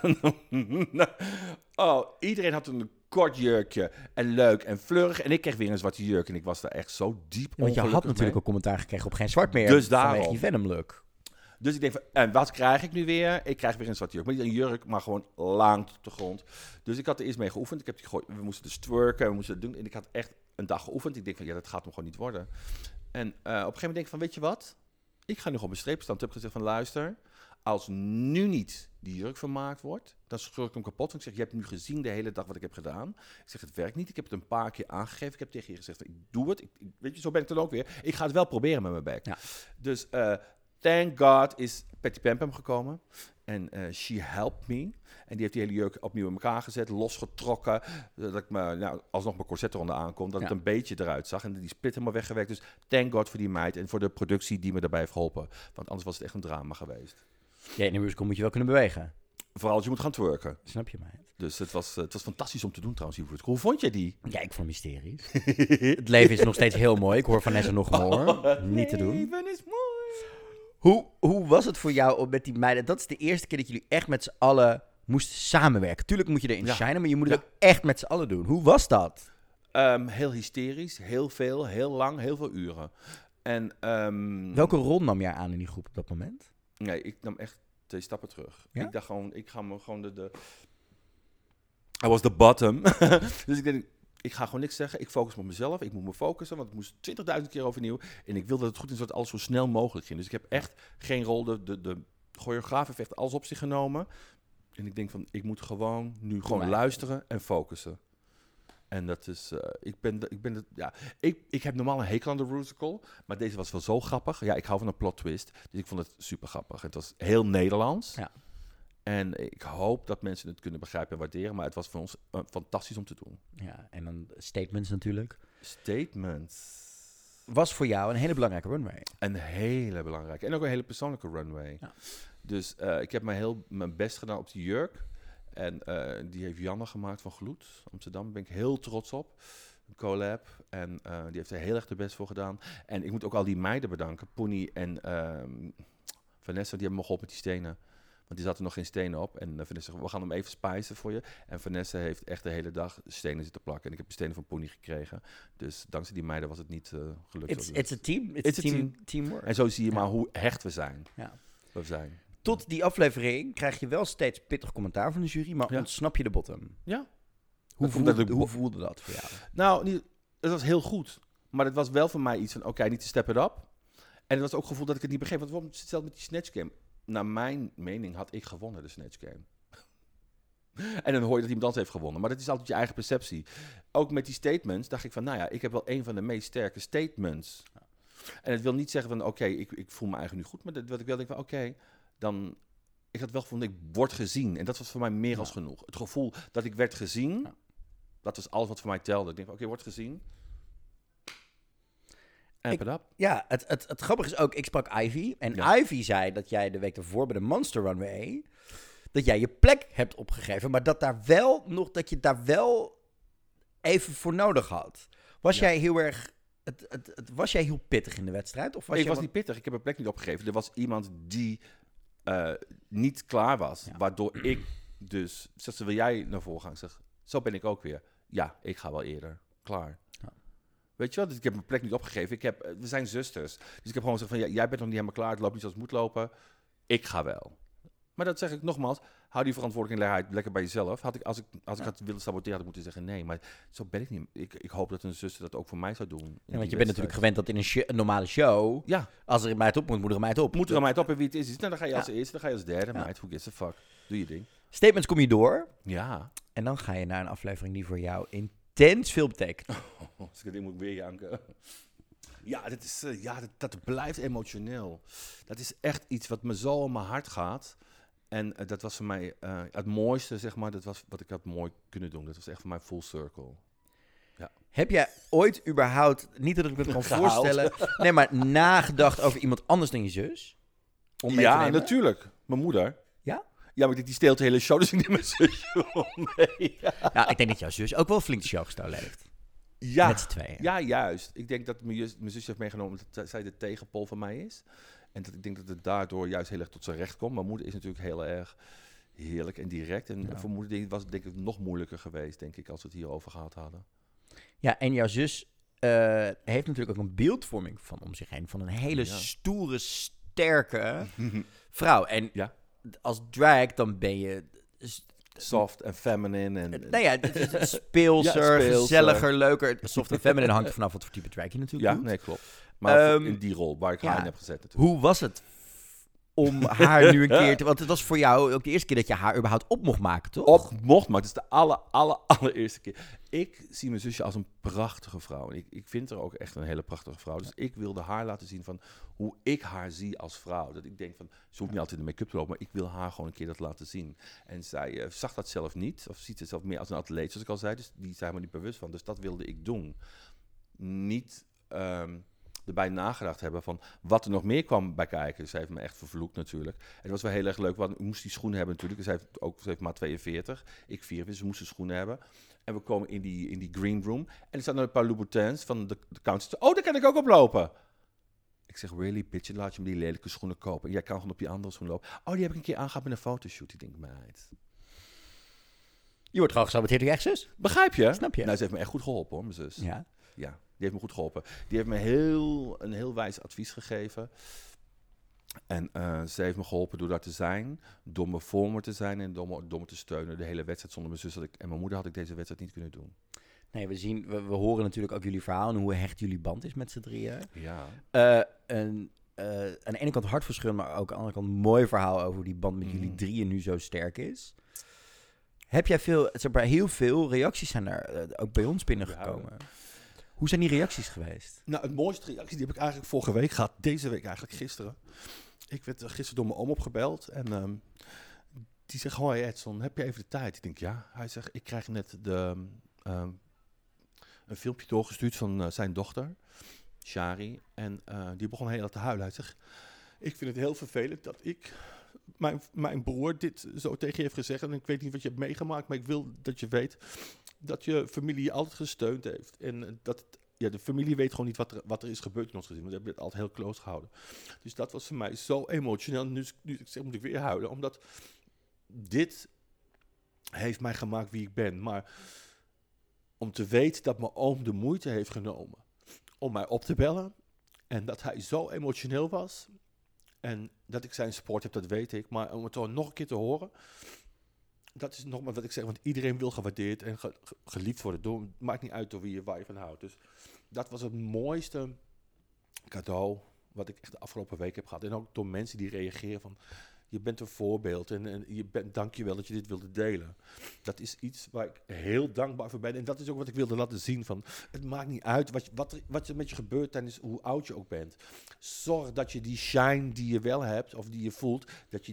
iedereen had een kort jurkje en leuk en fleurig. En ik kreeg weer een zwarte jurk en ik was daar echt zo diep want je had natuurlijk ook commentaar gekregen op geen zwart meer. Dus vanwege je Venom look. Dus ik denk van, en wat krijg ik nu weer? Ik krijg weer een zwarte jurk. Maar niet een jurk, maar gewoon lang tot de grond. Dus ik had er eerst mee geoefend. Ik heb die gegooid. We moesten dus twerken, we moesten het doen. En ik had echt een dag geoefend. Ik denk van, dat gaat hem gewoon niet worden. En op een gegeven moment denk ik van, weet je wat? Ik ga nu op mijn streep staan. Toen heb ik gezegd van, luister, als nu niet die jurk vermaakt wordt, dan scheur ik hem kapot. Want ik zeg, je hebt nu gezien de hele dag wat ik heb gedaan. Ik zeg, het werkt niet. Ik heb het een paar keer aangegeven. Ik heb tegen je gezegd, ik doe het. Weet je, zo ben ik dan ook weer. Ik ga het wel proberen met mijn bek. Ja. Dus thank God is Patty Pampam gekomen. En she helped me. En die heeft die hele jurk opnieuw in elkaar gezet, losgetrokken. Dat ik alsnog mijn corset eronder aankom. Dat het een beetje eruit zag. En die split helemaal weggewerkt. Dus thank God voor die meid. En voor de productie die me daarbij heeft geholpen. Want anders was het echt een drama geweest. Ja, in een musical moet je wel kunnen bewegen. Vooral als je moet gaan twerken. Snap je mij? Dus het was fantastisch om te doen trouwens. Hoe vond jij die? Ja, ik vond het hysterisch. Het leven is nog steeds heel mooi. Ik hoor Vanessa nog more. Niet te doen. Het leven is mooi. Hoe was het voor jou met die meiden? Dat is de eerste keer dat jullie echt met z'n allen moesten samenwerken. Tuurlijk moet je erin shinen, maar je moet het ook echt met z'n allen doen. Hoe was dat? Heel hysterisch, heel veel, heel lang, heel veel uren. En, welke rol nam jij aan in die groep op dat moment? Nee, ik nam echt 2 stappen terug. Ja? Ik dacht gewoon, ik ga me gewoon I was the bottom. Dus ik denk, ik ga gewoon niks zeggen. Ik focus me op mezelf. Ik moet me focussen, want het moest 20.000 keer overnieuw. En ik wil dat het goed is, dat alles zo snel mogelijk ging. Dus ik heb echt geen rol. De choreograaf heeft echt alles op zich genomen. En ik denk van, ik moet gewoon nu gewoon luisteren en focussen. En dat is, ik heb normaal een hekel aan de musical, maar deze was wel zo grappig. Ja, ik hou van een plot twist, dus ik vond het super grappig. Het was heel Nederlands. Ja. En ik hoop dat mensen het kunnen begrijpen en waarderen, maar het was voor ons fantastisch om te doen. Ja, en dan statements natuurlijk. Statements. Was voor jou een hele belangrijke runway. Een hele belangrijke en ook een hele persoonlijke runway. Ja. Dus ik heb mijn best gedaan op die jurk. En die heeft Janne gemaakt van Gloed, Amsterdam. Daar ben ik heel trots op. Een collab. En die heeft er heel erg de best voor gedaan. En ik moet ook al die meiden bedanken. Pony en Vanessa, die hebben me geholpen met die stenen. Want die zaten nog geen stenen op. En Vanessa zegt, we gaan hem even spijzen voor je. En Vanessa heeft echt de hele dag stenen zitten plakken. En ik heb de stenen van Pony gekregen. Dus dankzij die meiden was het niet gelukt. It's a team. It's a teamwork. En zo zie je maar hoe hecht we zijn. Ja. We zijn. Tot die aflevering krijg je wel steeds pittig commentaar van de jury, maar ontsnap je de bottom. Ja. Hoe voelde dat voor jou? Nou, het was heel goed. Maar het was wel voor mij iets van, oké, niet te step it up. En het was ook het gevoel dat ik het niet begreep. Want waarom hetzelfde met die Snatch Game? Naar mijn mening had ik gewonnen, de Snatch Game. En dan hoor je dat iemand anders heeft gewonnen. Maar dat is altijd je eigen perceptie. Ook met die statements dacht ik van, nou ja, ik heb wel een van de meest sterke statements. Ja. En het wil niet zeggen van, oké, ik voel me eigenlijk nu goed. Maar wat ik wel denk van, oké, dan... Ik had wel gevonden, ik word gezien. En dat was voor mij meer als genoeg. Het gevoel dat ik werd gezien, dat was alles wat voor mij telde. Ik denk van, oké, word gezien. Ja, het grappige is ook, ik sprak Ivy. En Ivy zei dat jij de week ervoor bij de Monster Runway, dat jij je plek hebt opgegeven, maar dat je daar wel even voor nodig had. Was jij heel erg... was jij heel pittig in de wedstrijd? Of ik was niet pittig, ik heb mijn plek niet opgegeven. Er was iemand die niet klaar was, waardoor ik dus... Zegt ze, wil jij naar voren gaan? Ik zeg, zo ben ik ook weer. Ja, ik ga wel eerder. Klaar. Ja. Weet je wel, dus ik heb mijn plek niet opgegeven. We zijn zusters. Dus ik heb gewoon gezegd van, jij bent nog niet helemaal klaar. Het loopt niet zoals het moet lopen. Ik ga wel. Maar dat zeg ik nogmaals, hou die verantwoordelijkheid lekker bij jezelf. Als ik had willen saboteren, had ik moeten zeggen nee. Maar zo ben ik niet. Ik hoop dat een zuster dat ook voor mij zou doen. Ja, want je bent natuurlijk gewend dat in een normale show, als er een meid op moet er een meid op. Moet er een meid op en wie het is. Nou, dan ga je als eerste, dan ga je als derde meid. Who gives a fuck? Doe je ding. Statements kom je door. Ja. En dan ga je naar een aflevering die voor jou intens veel betekent. Als ik dit moet weer janken. Ja, dat blijft emotioneel. Dat is echt iets wat me zo om mijn hart gaat. En dat was voor mij het mooiste, zeg maar. Dat was wat ik had mooi kunnen doen. Dat was echt voor mij full circle. Ja. Heb jij ooit überhaupt, niet dat ik me het kan voorstellen, nee, maar nagedacht over iemand anders dan je zus? Om mee te nemen? Natuurlijk. Mijn moeder. Ja? Ja, maar die steelt de hele show, dus ik neem mijn zusje mee. Nou, ik denk dat jouw zus ook wel flink de show gestolen heeft. Ja. Met z'n tweeën. Ja, juist. Ik denk dat mijn zusje heeft meegenomen dat zij de tegenpol van mij is. En dat ik denk dat het daardoor juist heel erg tot zijn recht komt. Mijn moeder is natuurlijk heel erg heerlijk en direct. En voor moeder was het denk ik nog moeilijker geweest, denk ik, als we het hierover gehad hadden. Ja, en jouw zus heeft natuurlijk ook een beeldvorming van om zich heen. Van een hele stoere, sterke vrouw. En als drag, dan ben je... soft en feminine. En, nou ja, speelser, gezelliger, leuker. Soft en feminine hangt er vanaf wat voor type drag je natuurlijk doet. Nee, klopt. Maar in die rol waar ik haar in heb gezet natuurlijk. Hoe was het om haar nu een keer te... Want het was voor jou ook de eerste keer dat je haar überhaupt op mocht maken, toch? Maar het is de allereerste keer. Ik zie mijn zusje als een prachtige vrouw. En ik vind haar ook echt een hele prachtige vrouw. Dus ik wilde haar laten zien van hoe ik haar zie als vrouw. Dat ik denk van, ze hoeft niet altijd in de make-up te lopen, maar ik wil haar gewoon een keer dat laten zien. En zij zag dat zelf niet, of ziet het zelf meer als een atleet, zoals ik al zei. Dus die is helemaal niet bewust van. Dus dat wilde ik doen. Niet... erbij nagedacht hebben van wat er nog meer kwam bij kijken. Ze heeft me echt vervloekt natuurlijk. En het was wel heel erg leuk, want ik moest die schoenen hebben natuurlijk. Ze heeft maar 42, ik 44, ze moesten schoenen hebben. En we komen in die green room. En er staan een paar Louboutins van de counter. Oh, daar kan ik ook op lopen. Ik zeg, really, bitch, laat je me die lelijke schoenen kopen. En jij kan gewoon op die andere schoenen lopen. Oh, die heb ik een keer aangehad met een fotoshoot. Ik denk, meid. Je wordt gewoon gesaboteerd door je ex-zus. Begrijp je? Snap je? Nou, ze heeft me echt goed geholpen hoor, mijn zus. Ja? Ja, die heeft me goed geholpen. Die heeft me een heel wijs advies gegeven. En ze heeft me geholpen door daar te zijn, door me voor me te zijn en door me te steunen. De hele wedstrijd zonder mijn zus en mijn moeder had ik deze wedstrijd niet kunnen doen. Nee, we horen natuurlijk ook jullie verhaal en hoe hecht jullie band is met z'n drieën. Ja. Aan de ene kant hartverscheurend, maar ook aan de andere kant een mooi verhaal over hoe die band met jullie drieën nu zo sterk is. Heb jij heel veel reacties zijn daar ook bij ons binnengekomen? Hoe zijn die reacties geweest? Nou, het mooiste reactie die heb ik eigenlijk vorige week gehad. Deze week eigenlijk gisteren. Ik werd gisteren door mijn oom opgebeld. En die zegt, hoi Edson, heb je even de tijd? Ik denk, ja. Hij zegt, ik krijg net een filmpje doorgestuurd van zijn dochter, Shari. En die begon heel te huilen. Hij zegt, ik vind het heel vervelend dat ik mijn broer dit zo tegen je heeft gezegd. En ik weet niet wat je hebt meegemaakt, maar ik wil dat je weet dat je familie je altijd gesteund heeft. En de familie weet gewoon niet wat er is gebeurd in ons gezin. Want we hebben het altijd heel close gehouden. Dus dat was voor mij zo emotioneel. Nu ik zeg, moet ik weer huilen. Omdat dit heeft mij gemaakt wie ik ben. Maar om te weten dat mijn oom de moeite heeft genomen om mij op te bellen. En dat hij zo emotioneel was. En dat ik zijn support heb, dat weet ik. Maar om het dan nog een keer te horen. Dat is nogmaals wat ik zeg. Want iedereen wil gewaardeerd en geliefd worden. Maakt niet uit door waar je van houdt. Dus dat was het mooiste cadeau wat ik echt de afgelopen week heb gehad. En ook door mensen die reageren van... Je bent een voorbeeld en dank je wel dat je dit wilde delen. Dat is iets waar ik heel dankbaar voor ben. En dat is ook wat ik wilde laten zien. Van, het maakt niet uit wat er met je gebeurt tijdens hoe oud je ook bent. Zorg dat je die shine die je wel hebt of die je voelt, dat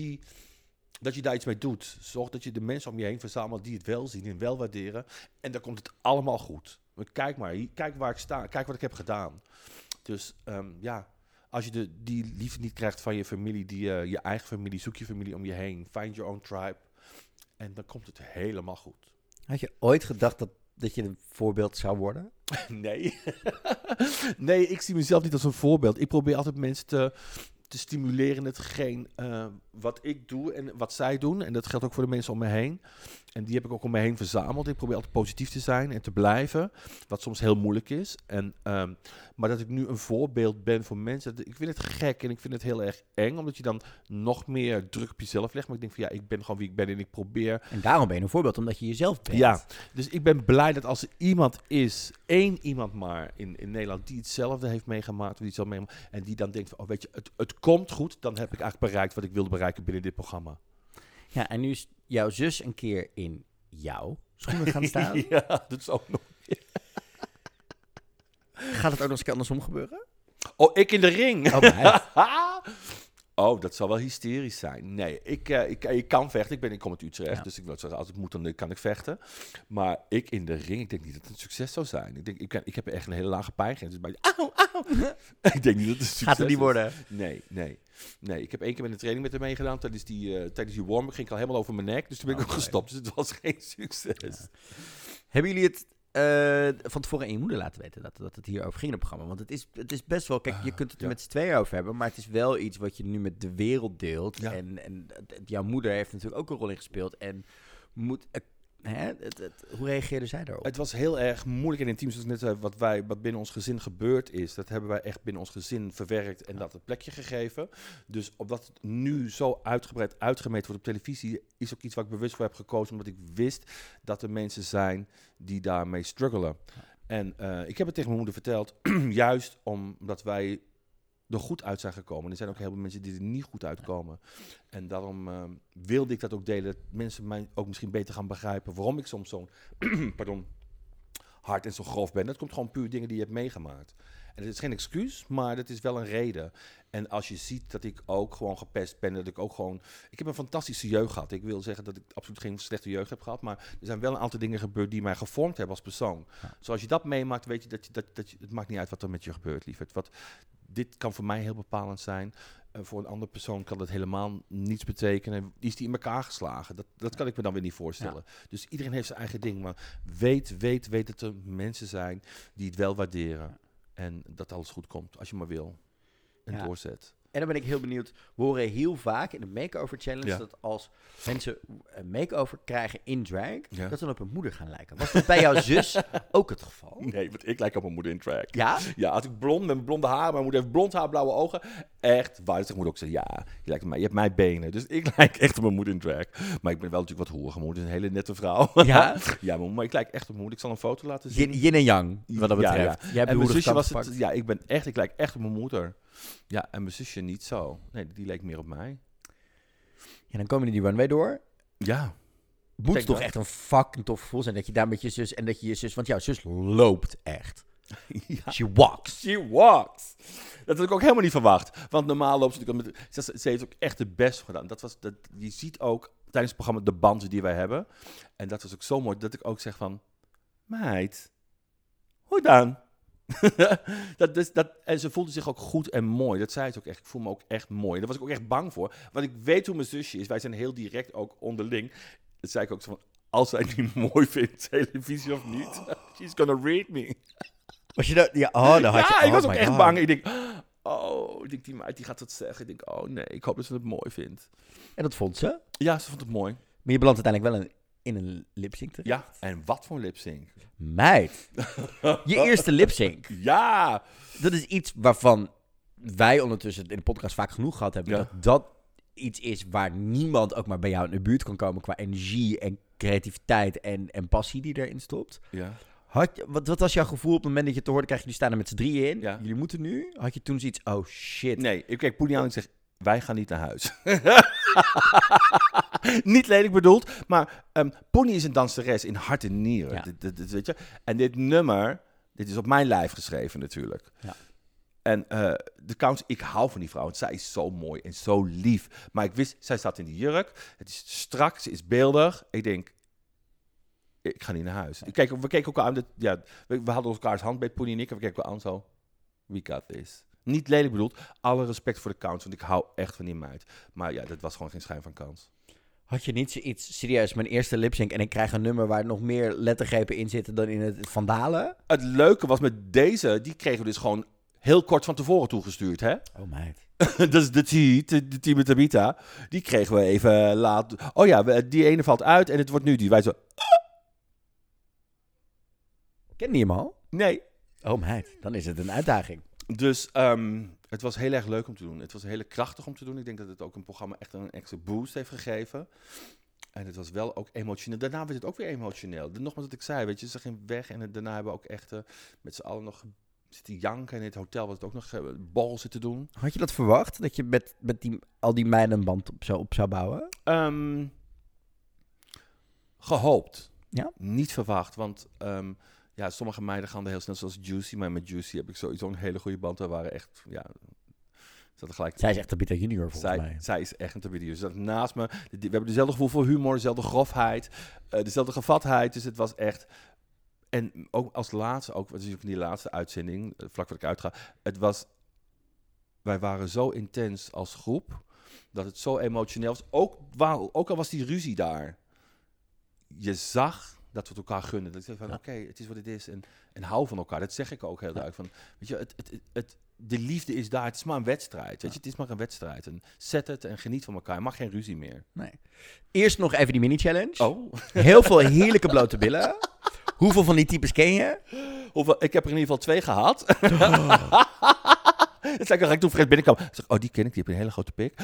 je daar iets mee doet. Zorg dat je de mensen om je heen verzamelt die het wel zien en wel waarderen. En dan komt het allemaal goed. Maar kijk maar, kijk waar ik sta, kijk wat ik heb gedaan. Dus als je die liefde niet krijgt van je familie, je eigen familie, zoek je familie om je heen. Find your own tribe. En dan komt het helemaal goed. Had je ooit gedacht dat je een voorbeeld zou worden? Nee. Nee, ik zie mezelf niet als een voorbeeld. Ik probeer altijd mensen te stimuleren in hetgeen wat ik doe en wat zij doen. En dat geldt ook voor de mensen om me heen. En die heb ik ook om me heen verzameld. Ik probeer altijd positief te zijn en te blijven. Wat soms heel moeilijk is. Maar dat ik nu een voorbeeld ben voor mensen. Ik vind het gek en ik vind het heel erg eng. Omdat je dan nog meer druk op jezelf legt. Maar ik denk van ik ben gewoon wie ik ben en ik probeer... En daarom ben je een voorbeeld, omdat je jezelf bent. Ja, dus ik ben blij dat als er iemand is, één iemand maar in Nederland die hetzelfde heeft meegemaakt. En die dan denkt van, weet je, het komt goed. Dan heb ik eigenlijk bereikt wat ik wilde bereiken binnen dit programma. Ja, en nu is jouw zus een keer in jouw schoenen gaan staan. Ja, dat is ook nog. Gaat het ook nog eens andersom gebeuren? Oh, ik in de ring. Oh, dat zal wel hysterisch zijn. Nee, ik kan vechten. Ik kom uit Utrecht, dus ik wil zeggen, als het moet, dan kan ik vechten. Maar ik in de ring, ik denk niet dat het een succes zou zijn. Ik heb echt een hele lage pijngrens. Dus bij auw. Ik denk niet dat het een succes gaat het niet worden? Nee, ik heb 1 keer met een training met hem meegedaan. Tijdens die warm-up ging ik al helemaal over mijn nek. Dus toen ben ik ook gestopt. Dus het was geen succes. Ja. Hebben jullie het van tevoren aan je moeder laten weten dat het hier over ging in het programma? Want het is best wel... Kijk, je kunt het er met z'n tweeën over hebben, maar het is wel iets wat je nu met de wereld deelt. Ja. En jouw moeder heeft natuurlijk ook een rol in gespeeld. En hoe reageerde zij daarop? Het was heel erg moeilijk en intiem. Zoals ik net zei, wat binnen ons gezin gebeurd is, dat hebben wij echt binnen ons gezin verwerkt en dat een plekje gegeven. Dus omdat het nu zo uitgebreid uitgemeten wordt op televisie, is ook iets waar ik bewust voor heb gekozen, omdat ik wist dat er mensen zijn die daarmee struggelen. En ik heb het tegen mijn moeder verteld, juist omdat wij er goed uit zijn gekomen. Er zijn ook heel veel mensen die er niet goed uitkomen. En daarom wilde ik dat ook delen, dat mensen mij ook misschien beter gaan begrijpen waarom ik soms zo'n hard en zo grof ben. Dat komt gewoon puur dingen die je hebt meegemaakt. En het is geen excuus, maar het is wel een reden. En als je ziet dat ik ook gewoon gepest ben, dat ik ook gewoon... Ik heb een fantastische jeugd gehad. Ik wil zeggen dat ik absoluut geen slechte jeugd heb gehad, maar er zijn wel een aantal dingen gebeurd die mij gevormd hebben als persoon. Ja. Zoals je dat meemaakt, weet je dat het maakt niet uit wat er met je gebeurt, lieverd. Dit kan voor mij heel bepalend zijn. Voor een andere persoon kan dat helemaal niets betekenen. Die is die in elkaar geslagen. Dat kan ik me dan weer niet voorstellen. Ja. Dus iedereen heeft zijn eigen ding. Maar weet dat er mensen zijn die het wel waarderen. En dat alles goed komt, als je maar wil. En doorzet. En dan ben ik heel benieuwd. We horen heel vaak in de Makeover Challenge dat als mensen een makeover krijgen in drag, dat ze dan op hun moeder gaan lijken. Was dat bij jouw zus ook het geval? Nee, want ik lijk op mijn moeder in drag. Ja? Ja, als ik blond met blonde haar, mijn moeder heeft blond haar, blauwe ogen. Echt waar. Dus ik moet ook zeggen, je lijkt op mij. Je hebt mijn benen. Dus ik lijk echt op mijn moeder in drag. Maar ik ben wel natuurlijk wat hoerig. Mijn moeder is een hele nette vrouw. Ja? Ja, maar ik lijk echt op mijn moeder. Ik zal een foto laten zien. Yin en yang, wat dat betreft. Ja. En mijn zusje was het. Ja, ik lijk echt op mijn moeder. Ja, en mijn zusje niet zo. Nee, die leek meer op mij. Ja, dan komen die runway door. Ja. Moet toch echt een fucking tof gevoel zijn dat je daar met je zus en dat je zus... Want jouw zus loopt echt. Ja. She walks. Dat had ik ook helemaal niet verwacht. Want normaal loopt ze natuurlijk ze heeft ook echt het best gedaan. Je ziet ook tijdens het programma de banden die wij hebben. En dat was ook zo mooi dat ik ook zeg van... Meid, hoe dan? En ze voelde zich ook goed en mooi. Dat zei ze ook echt. Ik voel me ook echt mooi. En daar was ik ook echt bang voor. Want ik weet hoe mijn zusje is. Wij zijn heel direct ook onderling. Dat zei ik ook zo van, als zij het niet mooi vindt, televisie of niet, she's gonna read me. Was je dat? Ja, dan had je... Ik was ook my echt God. bang. Ik denk, die meid die gaat dat zeggen. Ik denk, oh nee, ik hoop dat ze het mooi vindt. En dat vond ze. Ja, ze vond het mooi. Maar je belandt uiteindelijk wel in een lipsync terecht. Ja, en wat voor lip-sync. Meid. Je eerste lipsync. Ja. Dat is iets waarvan wij ondertussen in de podcast vaak genoeg gehad hebben. Ja. Dat iets is waar niemand ook maar bij jou in de buurt kan komen qua energie en creativiteit en passie die erin stopt. Ja. Wat was jouw gevoel op het moment dat je te hoorde krijgt, jullie staan er met z'n drieën in. Ja. Jullie moeten nu. Had je toen zoiets, oh shit. Nee, ik kijk Poenie aan en ik zeg, wij gaan niet naar huis. Niet lelijk bedoeld, maar Poenie is een danseres in hart en nieren. Ja. Dit weet je? En dit nummer, dit is op mijn lijf geschreven natuurlijk. Ja. En de Counts, ik hou van die vrouw, want zij is zo mooi en zo lief. Maar ik wist, zij staat in die jurk, het is strak, ze is beeldig. Ik denk, ik ga niet naar huis. We keken elkaar aan, we hadden elkaars hand bij Poenie en ik, en we keken elkaar aan zo, we got this. Niet lelijk bedoeld, alle respect voor de Counts, want ik hou echt van die meid. Maar ja, dat was gewoon geen schijn van kans. Had je niet zoiets, serieus, mijn eerste lipsync en ik krijg een nummer waar nog meer lettergrepen in zitten dan in het Vandalen? Het leuke was met deze, die kregen we dus gewoon heel kort van tevoren toegestuurd, hè? Oh meid. Dat is de team met Tabita. Die kregen we even laat. Oh ja, die ene valt uit en het wordt nu die. Wij zo, Kende je hem al? nee. Oh meid, dan is het een uitdaging. Dus het was heel erg leuk om te doen. Het was heel erg krachtig om te doen. Ik denk dat het ook een programma echt een extra boost heeft gegeven. En het was wel ook emotioneel. Daarna werd het ook weer emotioneel. Nogmaals wat ik zei, weet je, ze ging weg. En daarna hebben we ook echt met z'n allen nog zitten janken. En in het hotel was het ook nog borrel zitten doen. Had je dat verwacht? Dat je met al die meiden een band op zou bouwen? Gehoopt. Ja? Niet verwacht, want sommige meiden gaan er heel snel, zoals Juicy. Maar met Juicy heb ik sowieso een hele goede band. We waren echt, Zij is echt Tabita Junior volgens mij. Zij is echt een Tabita. Ze zat naast me. We hebben dezelfde gevoel voor humor, dezelfde grofheid, dezelfde gevatheid. Dus het was echt... En ook als laatste, ook wat is van die laatste uitzending, vlak voordat ik uitga, wij waren zo intens als groep, dat het zo emotioneel was. Ook al was die ruzie daar. Je zag dat we het elkaar gunnen. Dat ik zei van, oké, het is wat het is. En hou van elkaar. Dat zeg ik ook heel duidelijk. Van, weet je, de liefde is daar. Het is maar een wedstrijd. Weet je, het is maar een wedstrijd. En zet het en geniet van elkaar. Mag geen ruzie meer. Nee. Eerst nog even die mini-challenge. Oh. Heel veel heerlijke blote billen. Hoeveel van die types ken je? Ik heb er in ieder geval 2 gehad. Dat zei ik, toen Fred binnenkwam. Ik zeg, die ken ik. Die heeft een hele grote pik.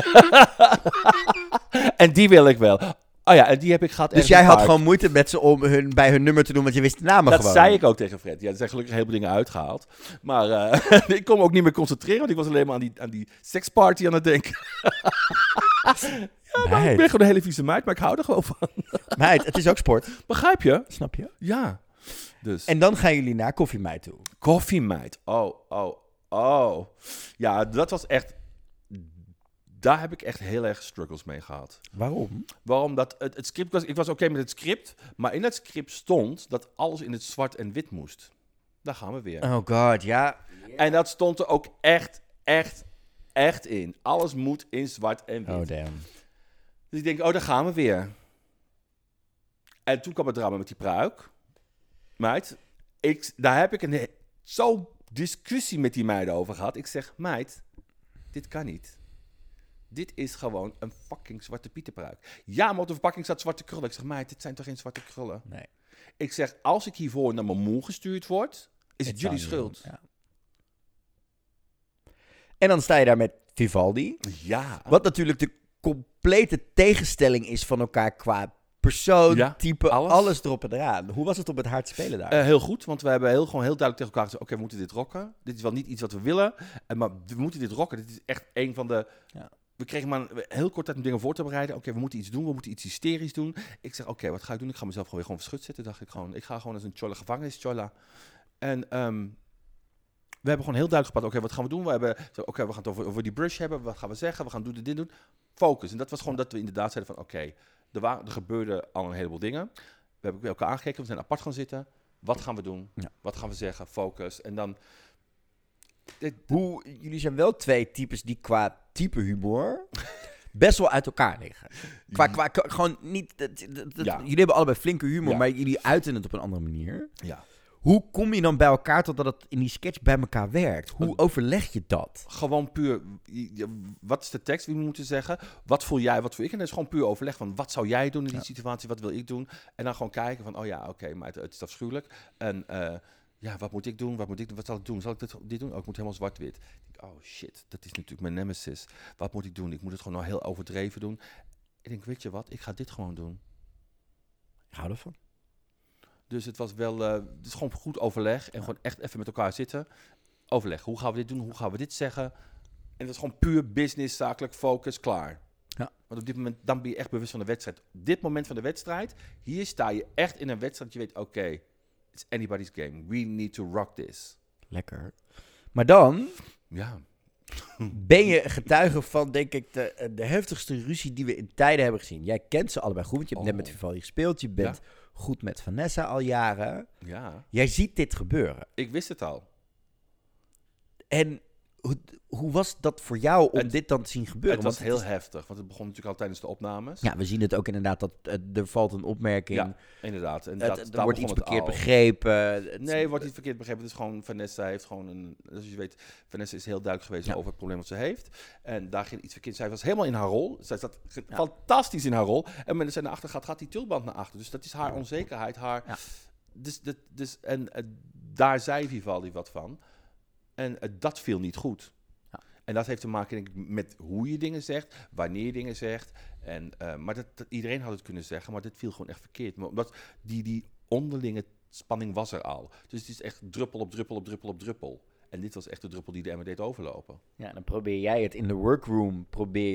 En die wil ik wel. Oh ja, en die heb ik gehad. Dus jij had gewoon moeite met ze om bij hun nummer te doen, want je wist de namen dat gewoon. Dat zei ik ook tegen Fred. Ja, er zijn gelukkig heel veel dingen uitgehaald. Maar ik kon me ook niet meer concentreren, want ik was alleen maar aan die seksparty aan het denken. Maar ik ben gewoon een hele vieze meid, maar ik hou er gewoon van. Meid, het is ook sport. Begrijp je? Snap je? Ja. Dus. En dan gaan jullie naar Koffiemeid toe. Koffiemeid. Oh. Ja, dat was echt... Daar heb ik echt heel erg struggles mee gehad. Waarom? Waarom dat het script was... Ik was oké met het script, maar in het script stond dat alles in het zwart en wit moest. Daar gaan we weer. Oh god, ja. En dat stond er ook echt in. Alles moet in zwart en wit. Oh damn. Dus ik denk, daar gaan we weer. En toen kwam het drama met die pruik. Meid, daar heb ik zo'n discussie met die meiden over gehad. Ik zeg, meid, dit kan niet. Dit is gewoon een fucking Zwarte Pietenpruik. Ja, maar op de verpakking staat zwarte krullen. Ik zeg, meid, dit zijn toch geen zwarte krullen? Nee. Ik zeg, als ik hiervoor naar mijn moe gestuurd word, is het jullie schuld. Ja. En dan sta je daar met Vivaldi. Ja. Wat natuurlijk de complete tegenstelling is van elkaar qua persoon, type, alles erop en eraan. Hoe was het om met haar te spelen daar? Heel goed, want we hebben gewoon heel duidelijk tegen elkaar gezegd, oké, we moeten dit rocken. Dit is wel niet iets wat we willen, maar we moeten dit rocken. Dit is echt een van de... Ja. We kregen maar heel kort tijd om dingen voor te bereiden. Oké, we moeten iets doen, we moeten iets hysterisch doen. Ik zeg, oké, wat ga ik doen? Ik ga mezelf gewoon verschut zetten, dacht ik gewoon. Ik ga gewoon als een cholla gevangenis-cholla. En we hebben gewoon heel duidelijk gepraat, oké, wat gaan we doen? We gaan het over die brush hebben, wat gaan we zeggen? We gaan dit doen. Focus. En dat was gewoon dat we inderdaad zeiden van, oké, er gebeurden al een heleboel dingen. We hebben elkaar aangekeken, we zijn apart gaan zitten. Wat gaan we doen? Ja. Wat gaan we zeggen? Focus. En dan... Jullie zijn wel twee types die qua type humor best wel uit elkaar liggen. Gewoon niet... Ja. Jullie hebben allebei flinke humor, Ja. maar jullie uiten het op een andere manier. Ja. Hoe kom je dan bij elkaar totdat het in die sketch bij elkaar werkt? Hoe overleg je dat? Gewoon puur, wat is de tekst die we moeten zeggen? Wat voel jij, wat voel ik? En dat is gewoon puur overleg van, wat zou jij doen in die situatie? Wat wil ik doen? En dan gewoon kijken van, oké, maar het is afschuwelijk. En wat moet ik doen? Wat zal ik doen? Zal ik dit doen? Ik moet helemaal zwart-wit. Oh shit, dat is natuurlijk mijn nemesis. Wat moet ik doen? Ik moet het gewoon nou heel overdreven doen. Ik denk, weet je wat? Ik ga dit gewoon doen. Ik hou ervan. Dus het was wel, het is gewoon goed overleg en gewoon echt even met elkaar zitten. Overleg, hoe gaan we dit doen? Hoe gaan we dit zeggen? En dat is gewoon puur business, zakelijk, focus, klaar. Ja. Want op dit moment, dan ben je echt bewust van de wedstrijd. Op dit moment van de wedstrijd, hier sta je echt in een wedstrijd. Je weet, oké, it's anybody's game. We need to rock this. Lekker. Maar dan Ja. ben je getuige van, denk ik, de heftigste ruzie die we in tijden hebben gezien. Jij kent ze allebei goed, want je hebt net met Vivaldi gespeeld. Je bent goed met Vanessa al jaren. Ja. Jij ziet dit gebeuren. Ik wist het al. En hoe was dat voor jou om dit dan te zien gebeuren? Het was Want heel heftig, want het begon natuurlijk al tijdens de opnames. Ja, we zien het ook inderdaad, dat er valt een opmerking. Ja, inderdaad. En Er daar wordt begon iets het verkeerd al. begrepen. Nee, wordt niet verkeerd begrepen. Het is gewoon, Vanessa heeft gewoon een... Dus je weet, Vanessa is heel duidelijk geweest over het probleem wat ze heeft. En daar ging iets verkeerd. Zij was helemaal in haar rol. Zij zat fantastisch in haar rol. En met zijn naar achter gaat die tulband naar achter. Dus dat is haar onzekerheid. Daar zei Vivaldi wat van. En dat viel niet goed. Ja. En dat heeft te maken denk ik, met hoe je dingen zegt, wanneer je dingen zegt. Maar iedereen had het kunnen zeggen, maar dit viel gewoon echt verkeerd. Maar omdat die onderlinge spanning was er al. Dus het is echt druppel op druppel op druppel op druppel. En dit was echt de druppel die de emmer deed overlopen. Ja, dan probeer jij het in de workroom,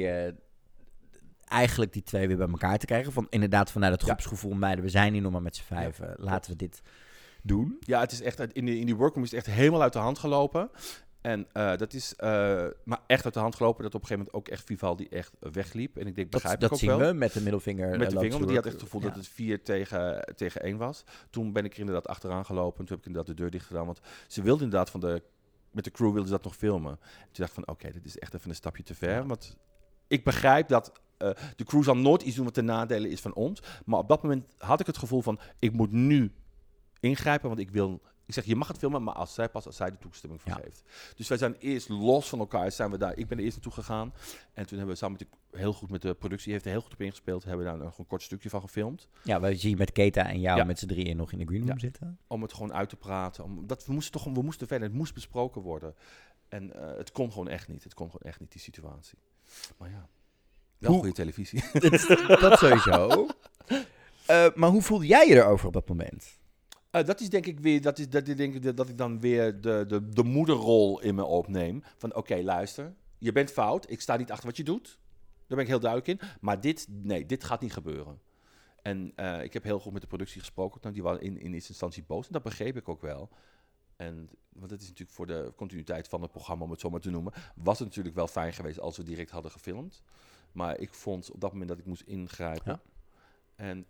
eigenlijk die twee weer bij elkaar te krijgen. Van inderdaad vanuit het groepsgevoel, meiden, we zijn hier nog maar met z'n vijven. Laten we dit doen. Ja, het is echt, in die workroom is het echt helemaal uit de hand gelopen. En dat is maar echt uit de hand gelopen dat op een gegeven moment ook echt Vivaldi echt wegliep. En ik denk, begrijp ik ook wel. Dat zien we met de middelvinger. Met de vinger, want die had echt het gevoel dat het 4 tegen 1 was. Toen ben ik er inderdaad achteraan gelopen en toen heb ik inderdaad de deur dicht gedaan. Want ze wilden inderdaad met de crew wilden ze dat nog filmen. En toen dacht ik van, oké, dit is echt even een stapje te ver. Want ik begrijp dat de crew zal nooit iets doen wat ten nadele is van ons. Maar op dat moment had ik het gevoel van, ik moet nu ingrijpen, want ik zeg, je mag het filmen, maar als zij de toestemming voor geeft. Dus wij zijn eerst los van elkaar, ik ben er eerst naartoe gegaan. En toen hebben we samen heel goed met de productie, heeft er heel goed op ingespeeld, hebben we daar nog een kort stukje van gefilmd. Ja, we zien met Keta en jou met z'n drieën nog in de green room zitten. Om het gewoon uit te praten. We moesten verder, het moest besproken worden. En het kon gewoon echt niet. Het kon gewoon echt niet, die situatie. Maar ja, wel goede televisie. Dat sowieso. Maar hoe voelde jij je erover op dat moment? Dat is denk ik weer, dat ik dan weer de moederrol in me opneem. Van oké, luister, je bent fout, ik sta niet achter wat je doet. Daar ben ik heel duidelijk in. Maar dit gaat niet gebeuren. En ik heb heel goed met de productie gesproken. Nou, die waren in eerste instantie boos. En dat begreep ik ook wel. Want het is natuurlijk voor de continuïteit van het programma, om het zo maar te noemen, was het natuurlijk wel fijn geweest als we direct hadden gefilmd. Maar ik vond op dat moment dat ik moest ingrijpen. Ja. En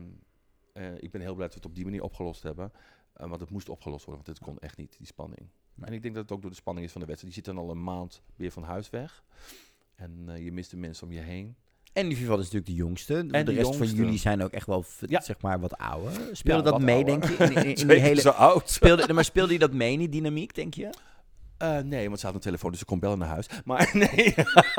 ik ben heel blij dat we het op die manier opgelost hebben. Want het moest opgelost worden, want het kon echt niet, die spanning. Nee. En ik denk dat het ook door de spanning is van de wedstrijd. Die zitten al een maand weer van huis weg. En je mist de mensen om je heen. En die Vivaldi is natuurlijk de jongste. En de rest van jullie zijn ook echt wel, zeg maar, wat ouder. Speelde dat mee, denk je? In die hele... zo oud. Speelde je dat mee in die dynamiek, denk je? Nee, want ze had een telefoon, dus ze kon bellen naar huis. Maar nee...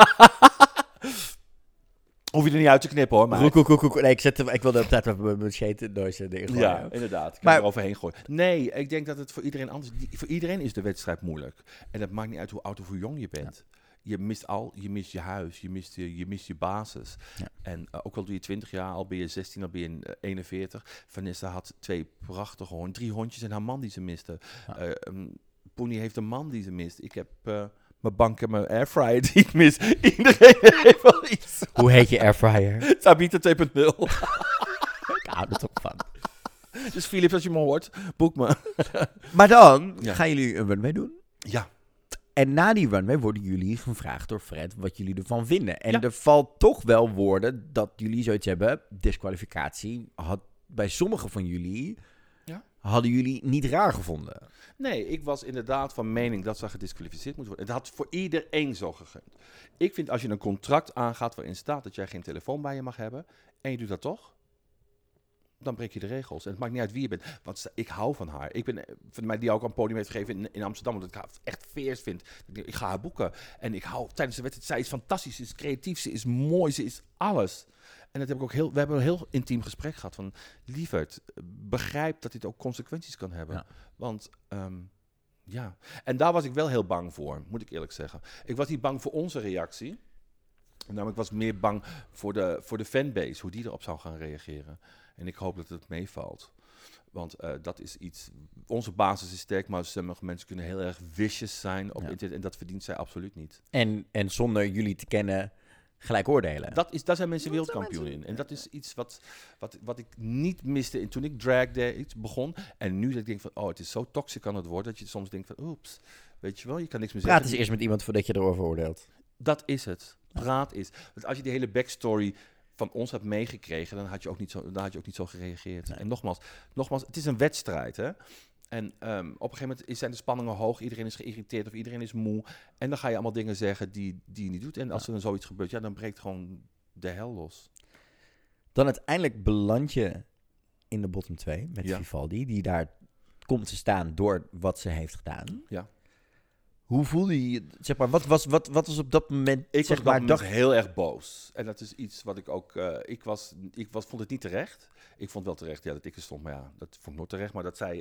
Hoef je er niet uit te knippen hoor. Maar nee, ik wilde op tijd met mijn shade noise dingen gooien. Ja, inderdaad. Ik kan er overheen gooien. Nee, ik denk dat het voor iedereen anders is. Voor iedereen is de wedstrijd moeilijk. En het maakt niet uit hoe oud of hoe jong je bent. Ja. Je mist je huis, je mist je basis. Ja. En ook al doe je 20 jaar, al ben je 16, al ben je 41. Vanessa had 2 prachtige honden, 3 hondjes en haar man die ze miste. Ja. Poenie heeft een man die ze mist. Ik heb... mijn bank en mijn airfryer die ik mis. Iedereen heeft wel iets. Hoe heet je airfryer? Sabita 2.0. Ik hou er toch van. Dus Philips, als je me hoort, boek me. Maar dan gaan jullie een runway doen. Ja. En na die runway worden jullie gevraagd door Fred wat jullie ervan vinden. En er valt toch wel woorden dat jullie zoiets hebben. Disqualificatie had bij sommigen van jullie... hadden jullie niet raar gevonden. Nee, ik was inderdaad van mening dat ze gedisqualificeerd moeten worden. Het had voor iedereen zo gegund. Ik vind als je een contract aangaat waarin staat dat jij geen telefoon bij je mag hebben, en je doet dat toch, dan breek je de regels. En het maakt niet uit wie je bent. Want ik hou van haar. Ik ben van mij die ook een podium heeft gegeven in Amsterdam. Omdat ik haar echt veers vind. Ik ga haar boeken. En ik hou tijdens de wedstrijd. Zij is fantastisch. Ze is creatief. Ze is mooi. Ze is alles. En dat heb ik ook we hebben een heel intiem gesprek gehad. Van lieverd, begrijp dat dit ook consequenties kan hebben. Ja. Want ja. En daar was ik wel heel bang voor. Moet ik eerlijk zeggen. Ik was niet bang voor onze reactie. Namelijk was meer bang voor de fanbase. Hoe die erop zou gaan reageren. En ik hoop dat het meevalt. Want dat is iets... Onze basis is sterk, maar sommige mensen kunnen heel erg vicious zijn op internet. En dat verdient zij absoluut niet. En zonder jullie te kennen gelijk oordelen. Daar zijn mensen wereldkampioen in. En dat is iets wat ik niet miste toen ik drag begon. En nu dat ik denk van, het is zo toxic aan het worden. Dat je soms denkt van, oeps, weet je wel, je kan niks meer zeggen. Praat eens eerst met iemand voordat je erover oordeelt. Dat is het. Praat is. Want als je die hele backstory van ons hebt meegekregen, dan had je ook niet zo gereageerd. Nee. En nogmaals, het is een wedstrijd, hè. En op een gegeven moment zijn de spanningen hoog, iedereen is geïrriteerd of iedereen is moe. En dan ga je allemaal dingen zeggen die je niet doet. En als er dan zoiets gebeurt, dan breekt gewoon de hel los. Dan uiteindelijk beland je in de bottom 2 met Vivaldi, die daar komt te staan door wat ze heeft gedaan. Ja. Hoe voelde je, zeg maar, wat was op dat moment? Ik was op dat moment heel erg boos. En dat is iets wat ik ook, vond het niet terecht. Ik vond wel terecht, dat ik er stond, maar ja, dat vond ik nooit terecht. Maar dat zij,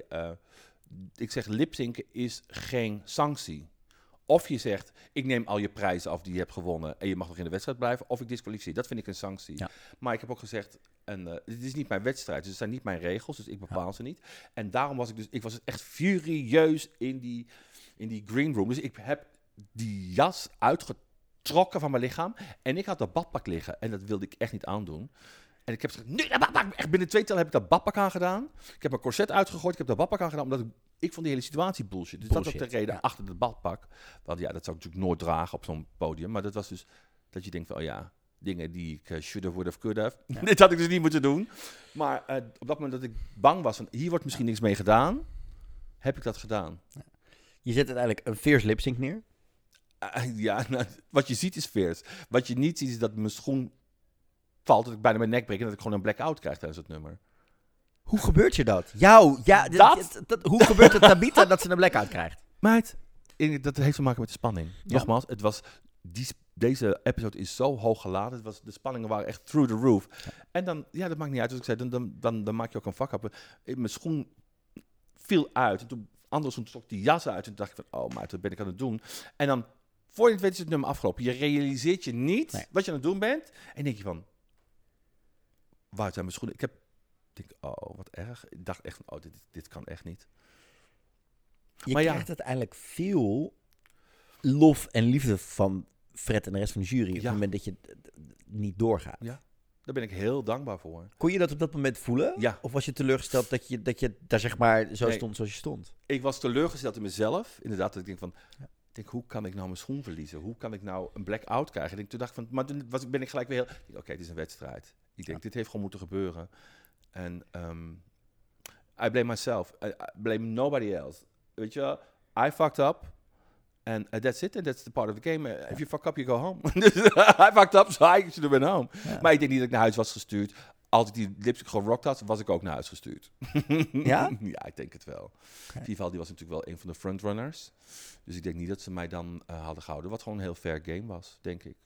ik zeg, lipzinken is geen sanctie. Of je zegt, ik neem al je prijzen af die je hebt gewonnen en je mag nog in de wedstrijd blijven. Of ik disqualificeer, dat vind ik een sanctie. Ja. Maar ik heb ook gezegd, dit is niet mijn wedstrijd, dus het zijn niet mijn regels, dus ik bepaal ze niet. En daarom was ik was echt furieus in die green room. Dus ik heb die jas uitgetrokken van mijn lichaam. En ik had dat badpak liggen. En dat wilde ik echt niet aandoen. En ik heb gezegd, nu dat badpak. Echt binnen 2 tellen heb ik dat badpak aangedaan. Ik heb mijn corset uitgegooid. Ik heb dat badpak aangedaan. Omdat ik vond die hele situatie bullshit. Dus dat was de reden achter het badpak. Want ja, dat zou ik natuurlijk nooit dragen op zo'n podium. Maar dat was dus dat je denkt van, dingen die ik should have, would have, could have. Ja. Dit had ik dus niet moeten doen. Maar op dat moment dat ik bang was van, hier wordt misschien niks mee gedaan, heb ik dat gedaan. Ja. Je zet uiteindelijk een fierce lip-sync neer. Wat je ziet is fierce. Wat je niet ziet is dat mijn schoen valt, dat ik bijna mijn nek breek en dat ik gewoon een blackout krijg tijdens het nummer. Hoe gebeurt je dat? Hoe gebeurt het Tabitha dat ze een blackout krijgt? Meid, dat heeft te maken met de spanning. Ja. Nogmaals, het was deze episode is zo hoog geladen. De spanningen waren echt through the roof. Ja. En dan, dat maakt niet uit. Dus ik zei, dan maak je ook een vak up. Mijn schoen viel uit. En toen anders trok die jas uit en toen dacht ik van, maar wat ben ik aan het doen? En dan, voor je het weet is het nummer afgelopen. Je realiseert je niet wat je aan het doen bent. En denk je van, waar zijn mijn schoenen? Ik denk, wat erg. Ik dacht echt van, dit kan echt niet. Je krijgt uiteindelijk veel lof en liefde van Fred en de rest van de jury. Op het moment dat je niet doorgaat. Ja. Daar ben ik heel dankbaar voor. Kon je dat op dat moment voelen? Ja. Of was je teleurgesteld dat je daar zeg maar zo stond zoals je stond? Ik was teleurgesteld in mezelf. Inderdaad, dat ik denk van, hoe kan ik nou mijn schoen verliezen? Hoe kan ik nou een blackout krijgen? Toen dacht ik van, maar toen ben ik gelijk weer heel, oké, dit is een wedstrijd. Ik denk, dit heeft gewoon moeten gebeuren. En I blame myself. I blame nobody else. Weet je wel, I fucked up. And that's it. And that's the part of the game. If you fuck up, you go home. I fucked up, so I should have been home. Ja. Maar ik denk niet dat ik naar huis was gestuurd. Als ik die lipstick gerockt had, was ik ook naar huis gestuurd. Ja? Ja, ik denk het wel. Okay. Vivaldi was natuurlijk wel een van de frontrunners. Dus ik denk niet dat ze mij dan hadden gehouden. Wat gewoon een heel fair game was, denk ik.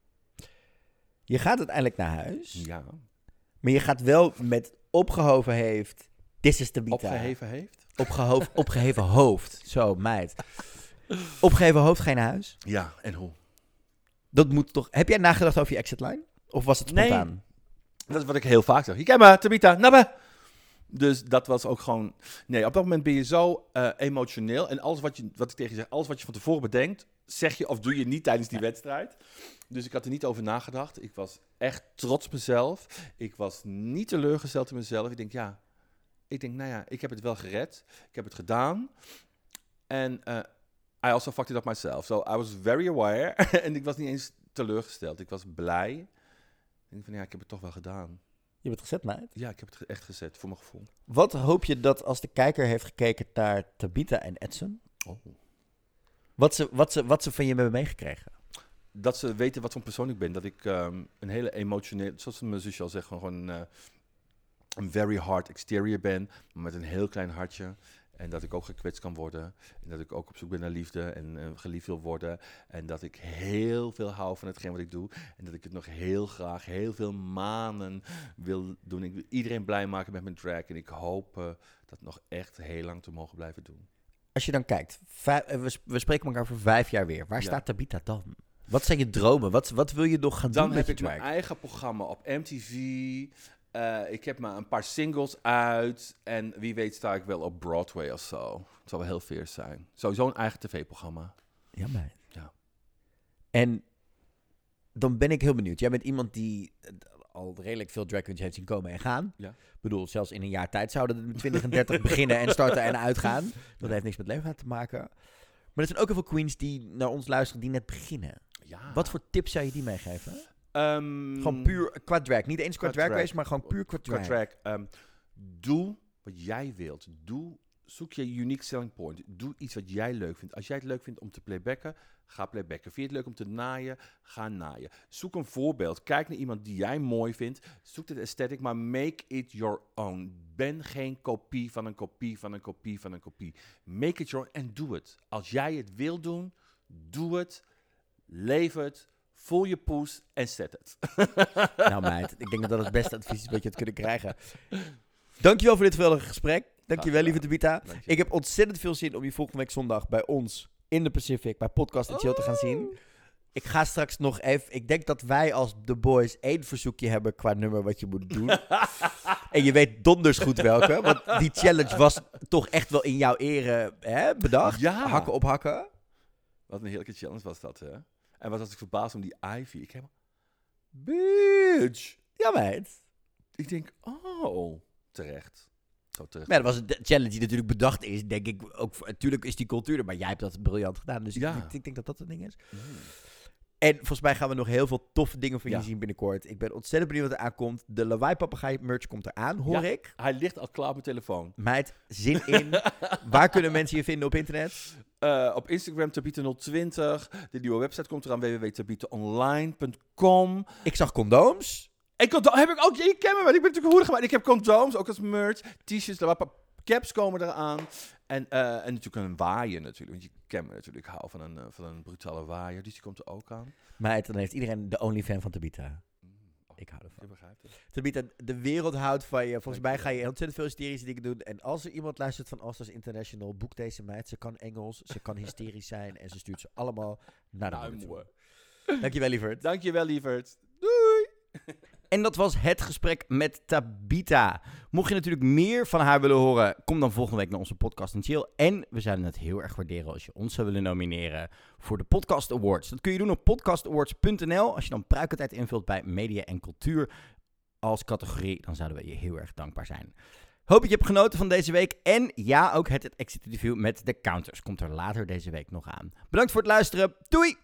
Je gaat uiteindelijk naar huis. Ja. Maar je gaat wel met opgehoven heeft. This is Tabitha. Opgeheven heeft? Opgeheven hoofd. Zo, meid. Opgeheven hoofd, ga je naar huis? Ja, en hoe? Dat moet toch... Heb jij nagedacht over je exit line? Of was het spontaan? Nee, dat is wat ik heel vaak zeg. Je kent me, Tabitha, nabbe! Dus dat was ook gewoon... Nee, op dat moment ben je zo emotioneel. En alles wat ik tegen je zeg, alles wat je van tevoren bedenkt, zeg je of doe je niet tijdens die wedstrijd. Dus ik had er niet over nagedacht. Ik was echt trots op mezelf. Ik was niet teleurgesteld in mezelf. Ik denk, ik heb het wel gered. Ik heb het gedaan. En I also fucked it up myself. So I was very aware. En ik was niet eens teleurgesteld. Ik was blij. Ik denk van, ik heb het toch wel gedaan. Je bent gezet, meid. Ja, ik heb het echt gezet, voor mijn gevoel. Wat hoop je dat als de kijker heeft gekeken naar Tabitha en Edson, wat ze van je hebben meegekregen? Dat ze weten wat voor persoon ik ben. Dat ik een hele emotionele, zoals mijn zusje al zegt, gewoon een very hard exterior ben, maar met een heel klein hartje. En dat ik ook gekwetst kan worden. En dat ik ook op zoek ben naar liefde en geliefd wil worden. En dat ik heel veel hou van hetgeen wat ik doe. En dat ik het nog heel graag, heel veel maanden wil doen. Ik wil iedereen blij maken met mijn drag. En ik hoop dat nog echt heel lang te mogen blijven doen. Als je dan kijkt, we spreken elkaar voor 5 jaar weer. Waar staat Tabitha dan? Wat zijn je dromen? Wat wil je nog gaan doen met je drag? Dan heb ik mijn eigen programma op MTV. Ik heb maar een paar singles uit. En wie weet sta ik wel op Broadway of zo. Het zal wel heel fierce zijn. Sowieso een eigen tv-programma. Ja, meid. Ja. En dan ben ik heel benieuwd. Jij bent iemand die al redelijk veel drag queens heeft zien komen en gaan. Ja. Ik bedoel, zelfs in een jaar tijd zouden er 20 en 30 beginnen en starten en uitgaan. Dat heeft niks met leeftijd te maken. Maar er zijn ook heel veel queens die naar ons luisteren die net beginnen. Ja. Wat voor tips zou je die meegeven? Gewoon puur qua drag. Niet eens qua drag race, maar gewoon puur qua drag. Doe wat jij wilt. Zoek je unique selling point. Doe iets wat jij leuk vindt. Als jij het leuk vindt om te playbacken, ga playbacken. Vind je het leuk om te naaien, ga naaien. Zoek een voorbeeld. Kijk naar iemand die jij mooi vindt. Zoek het aesthetic, maar make it your own. Ben geen kopie van een kopie van een kopie van een kopie. Make it your own en doe het. Als jij het wil doen, doe het. Leef het. Voel je poes en zet het. Nou meid, ik denk dat dat het beste advies is wat je het kunnen krijgen. Dankjewel voor dit geweldige gesprek. Dankjewel, lieve Tabitha. Ik heb ontzettend veel zin om je volgende week zondag bij ons in de Pacific, bij Podcast & Chill te gaan zien. Ik ga straks nog even... Ik denk dat wij als The Boys 1 verzoekje hebben qua nummer wat je moet doen. En je weet donders goed welke. Want die challenge was toch echt wel in jouw ere bedacht. Ja. Hakken op hakken. Wat een heerlijke challenge was dat, hè? En wat was ik verbaasd om die Ivy. Ik heb... Bitch! Ja, meid. Ik denk, terecht. Zo terecht. Maar dat was een challenge die natuurlijk bedacht is, denk ik. Ook, natuurlijk is die cultuur er, maar jij hebt dat briljant gedaan. Dus ja. ik denk dat dat het ding is. En volgens mij gaan we nog heel veel toffe dingen van je zien binnenkort. Ik ben ontzettend benieuwd wat er aankomt. De Lawaai Papegaai merch komt eraan, hoor ik. Hij ligt al klaar op mijn telefoon. Meid, zin in. Waar kunnen mensen je vinden op internet? Op Instagram Tabitha020. De nieuwe website komt eraan, www.tabithaonline.com. Ik zag condooms. Heb ik ook, je kent me wel. Ik ben natuurlijk hoedig gemaakt. Ik heb condooms, ook als merch. T-shirts, caps komen eraan. En natuurlijk een waaier natuurlijk. Want je kent me natuurlijk. Ik hou van een brutale waaier. Dus die komt er ook aan. Meid, dan heeft iedereen de OnlyFan van Tabitha. Ik hou ervan. Tabitha, de wereld houdt van je. Volgens mij ga je ontzettend veel hysterische dingen doen. En als er iemand luistert van Allstars International, boek deze meid. Ze kan Engels, ze kan hysterisch zijn. En ze stuurt ze allemaal naar de moeder toe. Dankjewel, lieverd. Dankjewel, lieverd. Doei! En dat was het gesprek met Tabitha. Mocht je natuurlijk meer van haar willen horen, kom dan volgende week naar onze Podcast & Chill. En we zouden het heel erg waarderen als je ons zou willen nomineren voor de Podcast Awards. Dat kun je doen op podcastawards.nl. Als je dan pruikentijd invult bij media en cultuur als categorie, dan zouden we je heel erg dankbaar zijn. Hoop dat je hebt genoten van deze week. En ja, ook het exit interview met de Counters komt er later deze week nog aan. Bedankt voor het luisteren. Doei!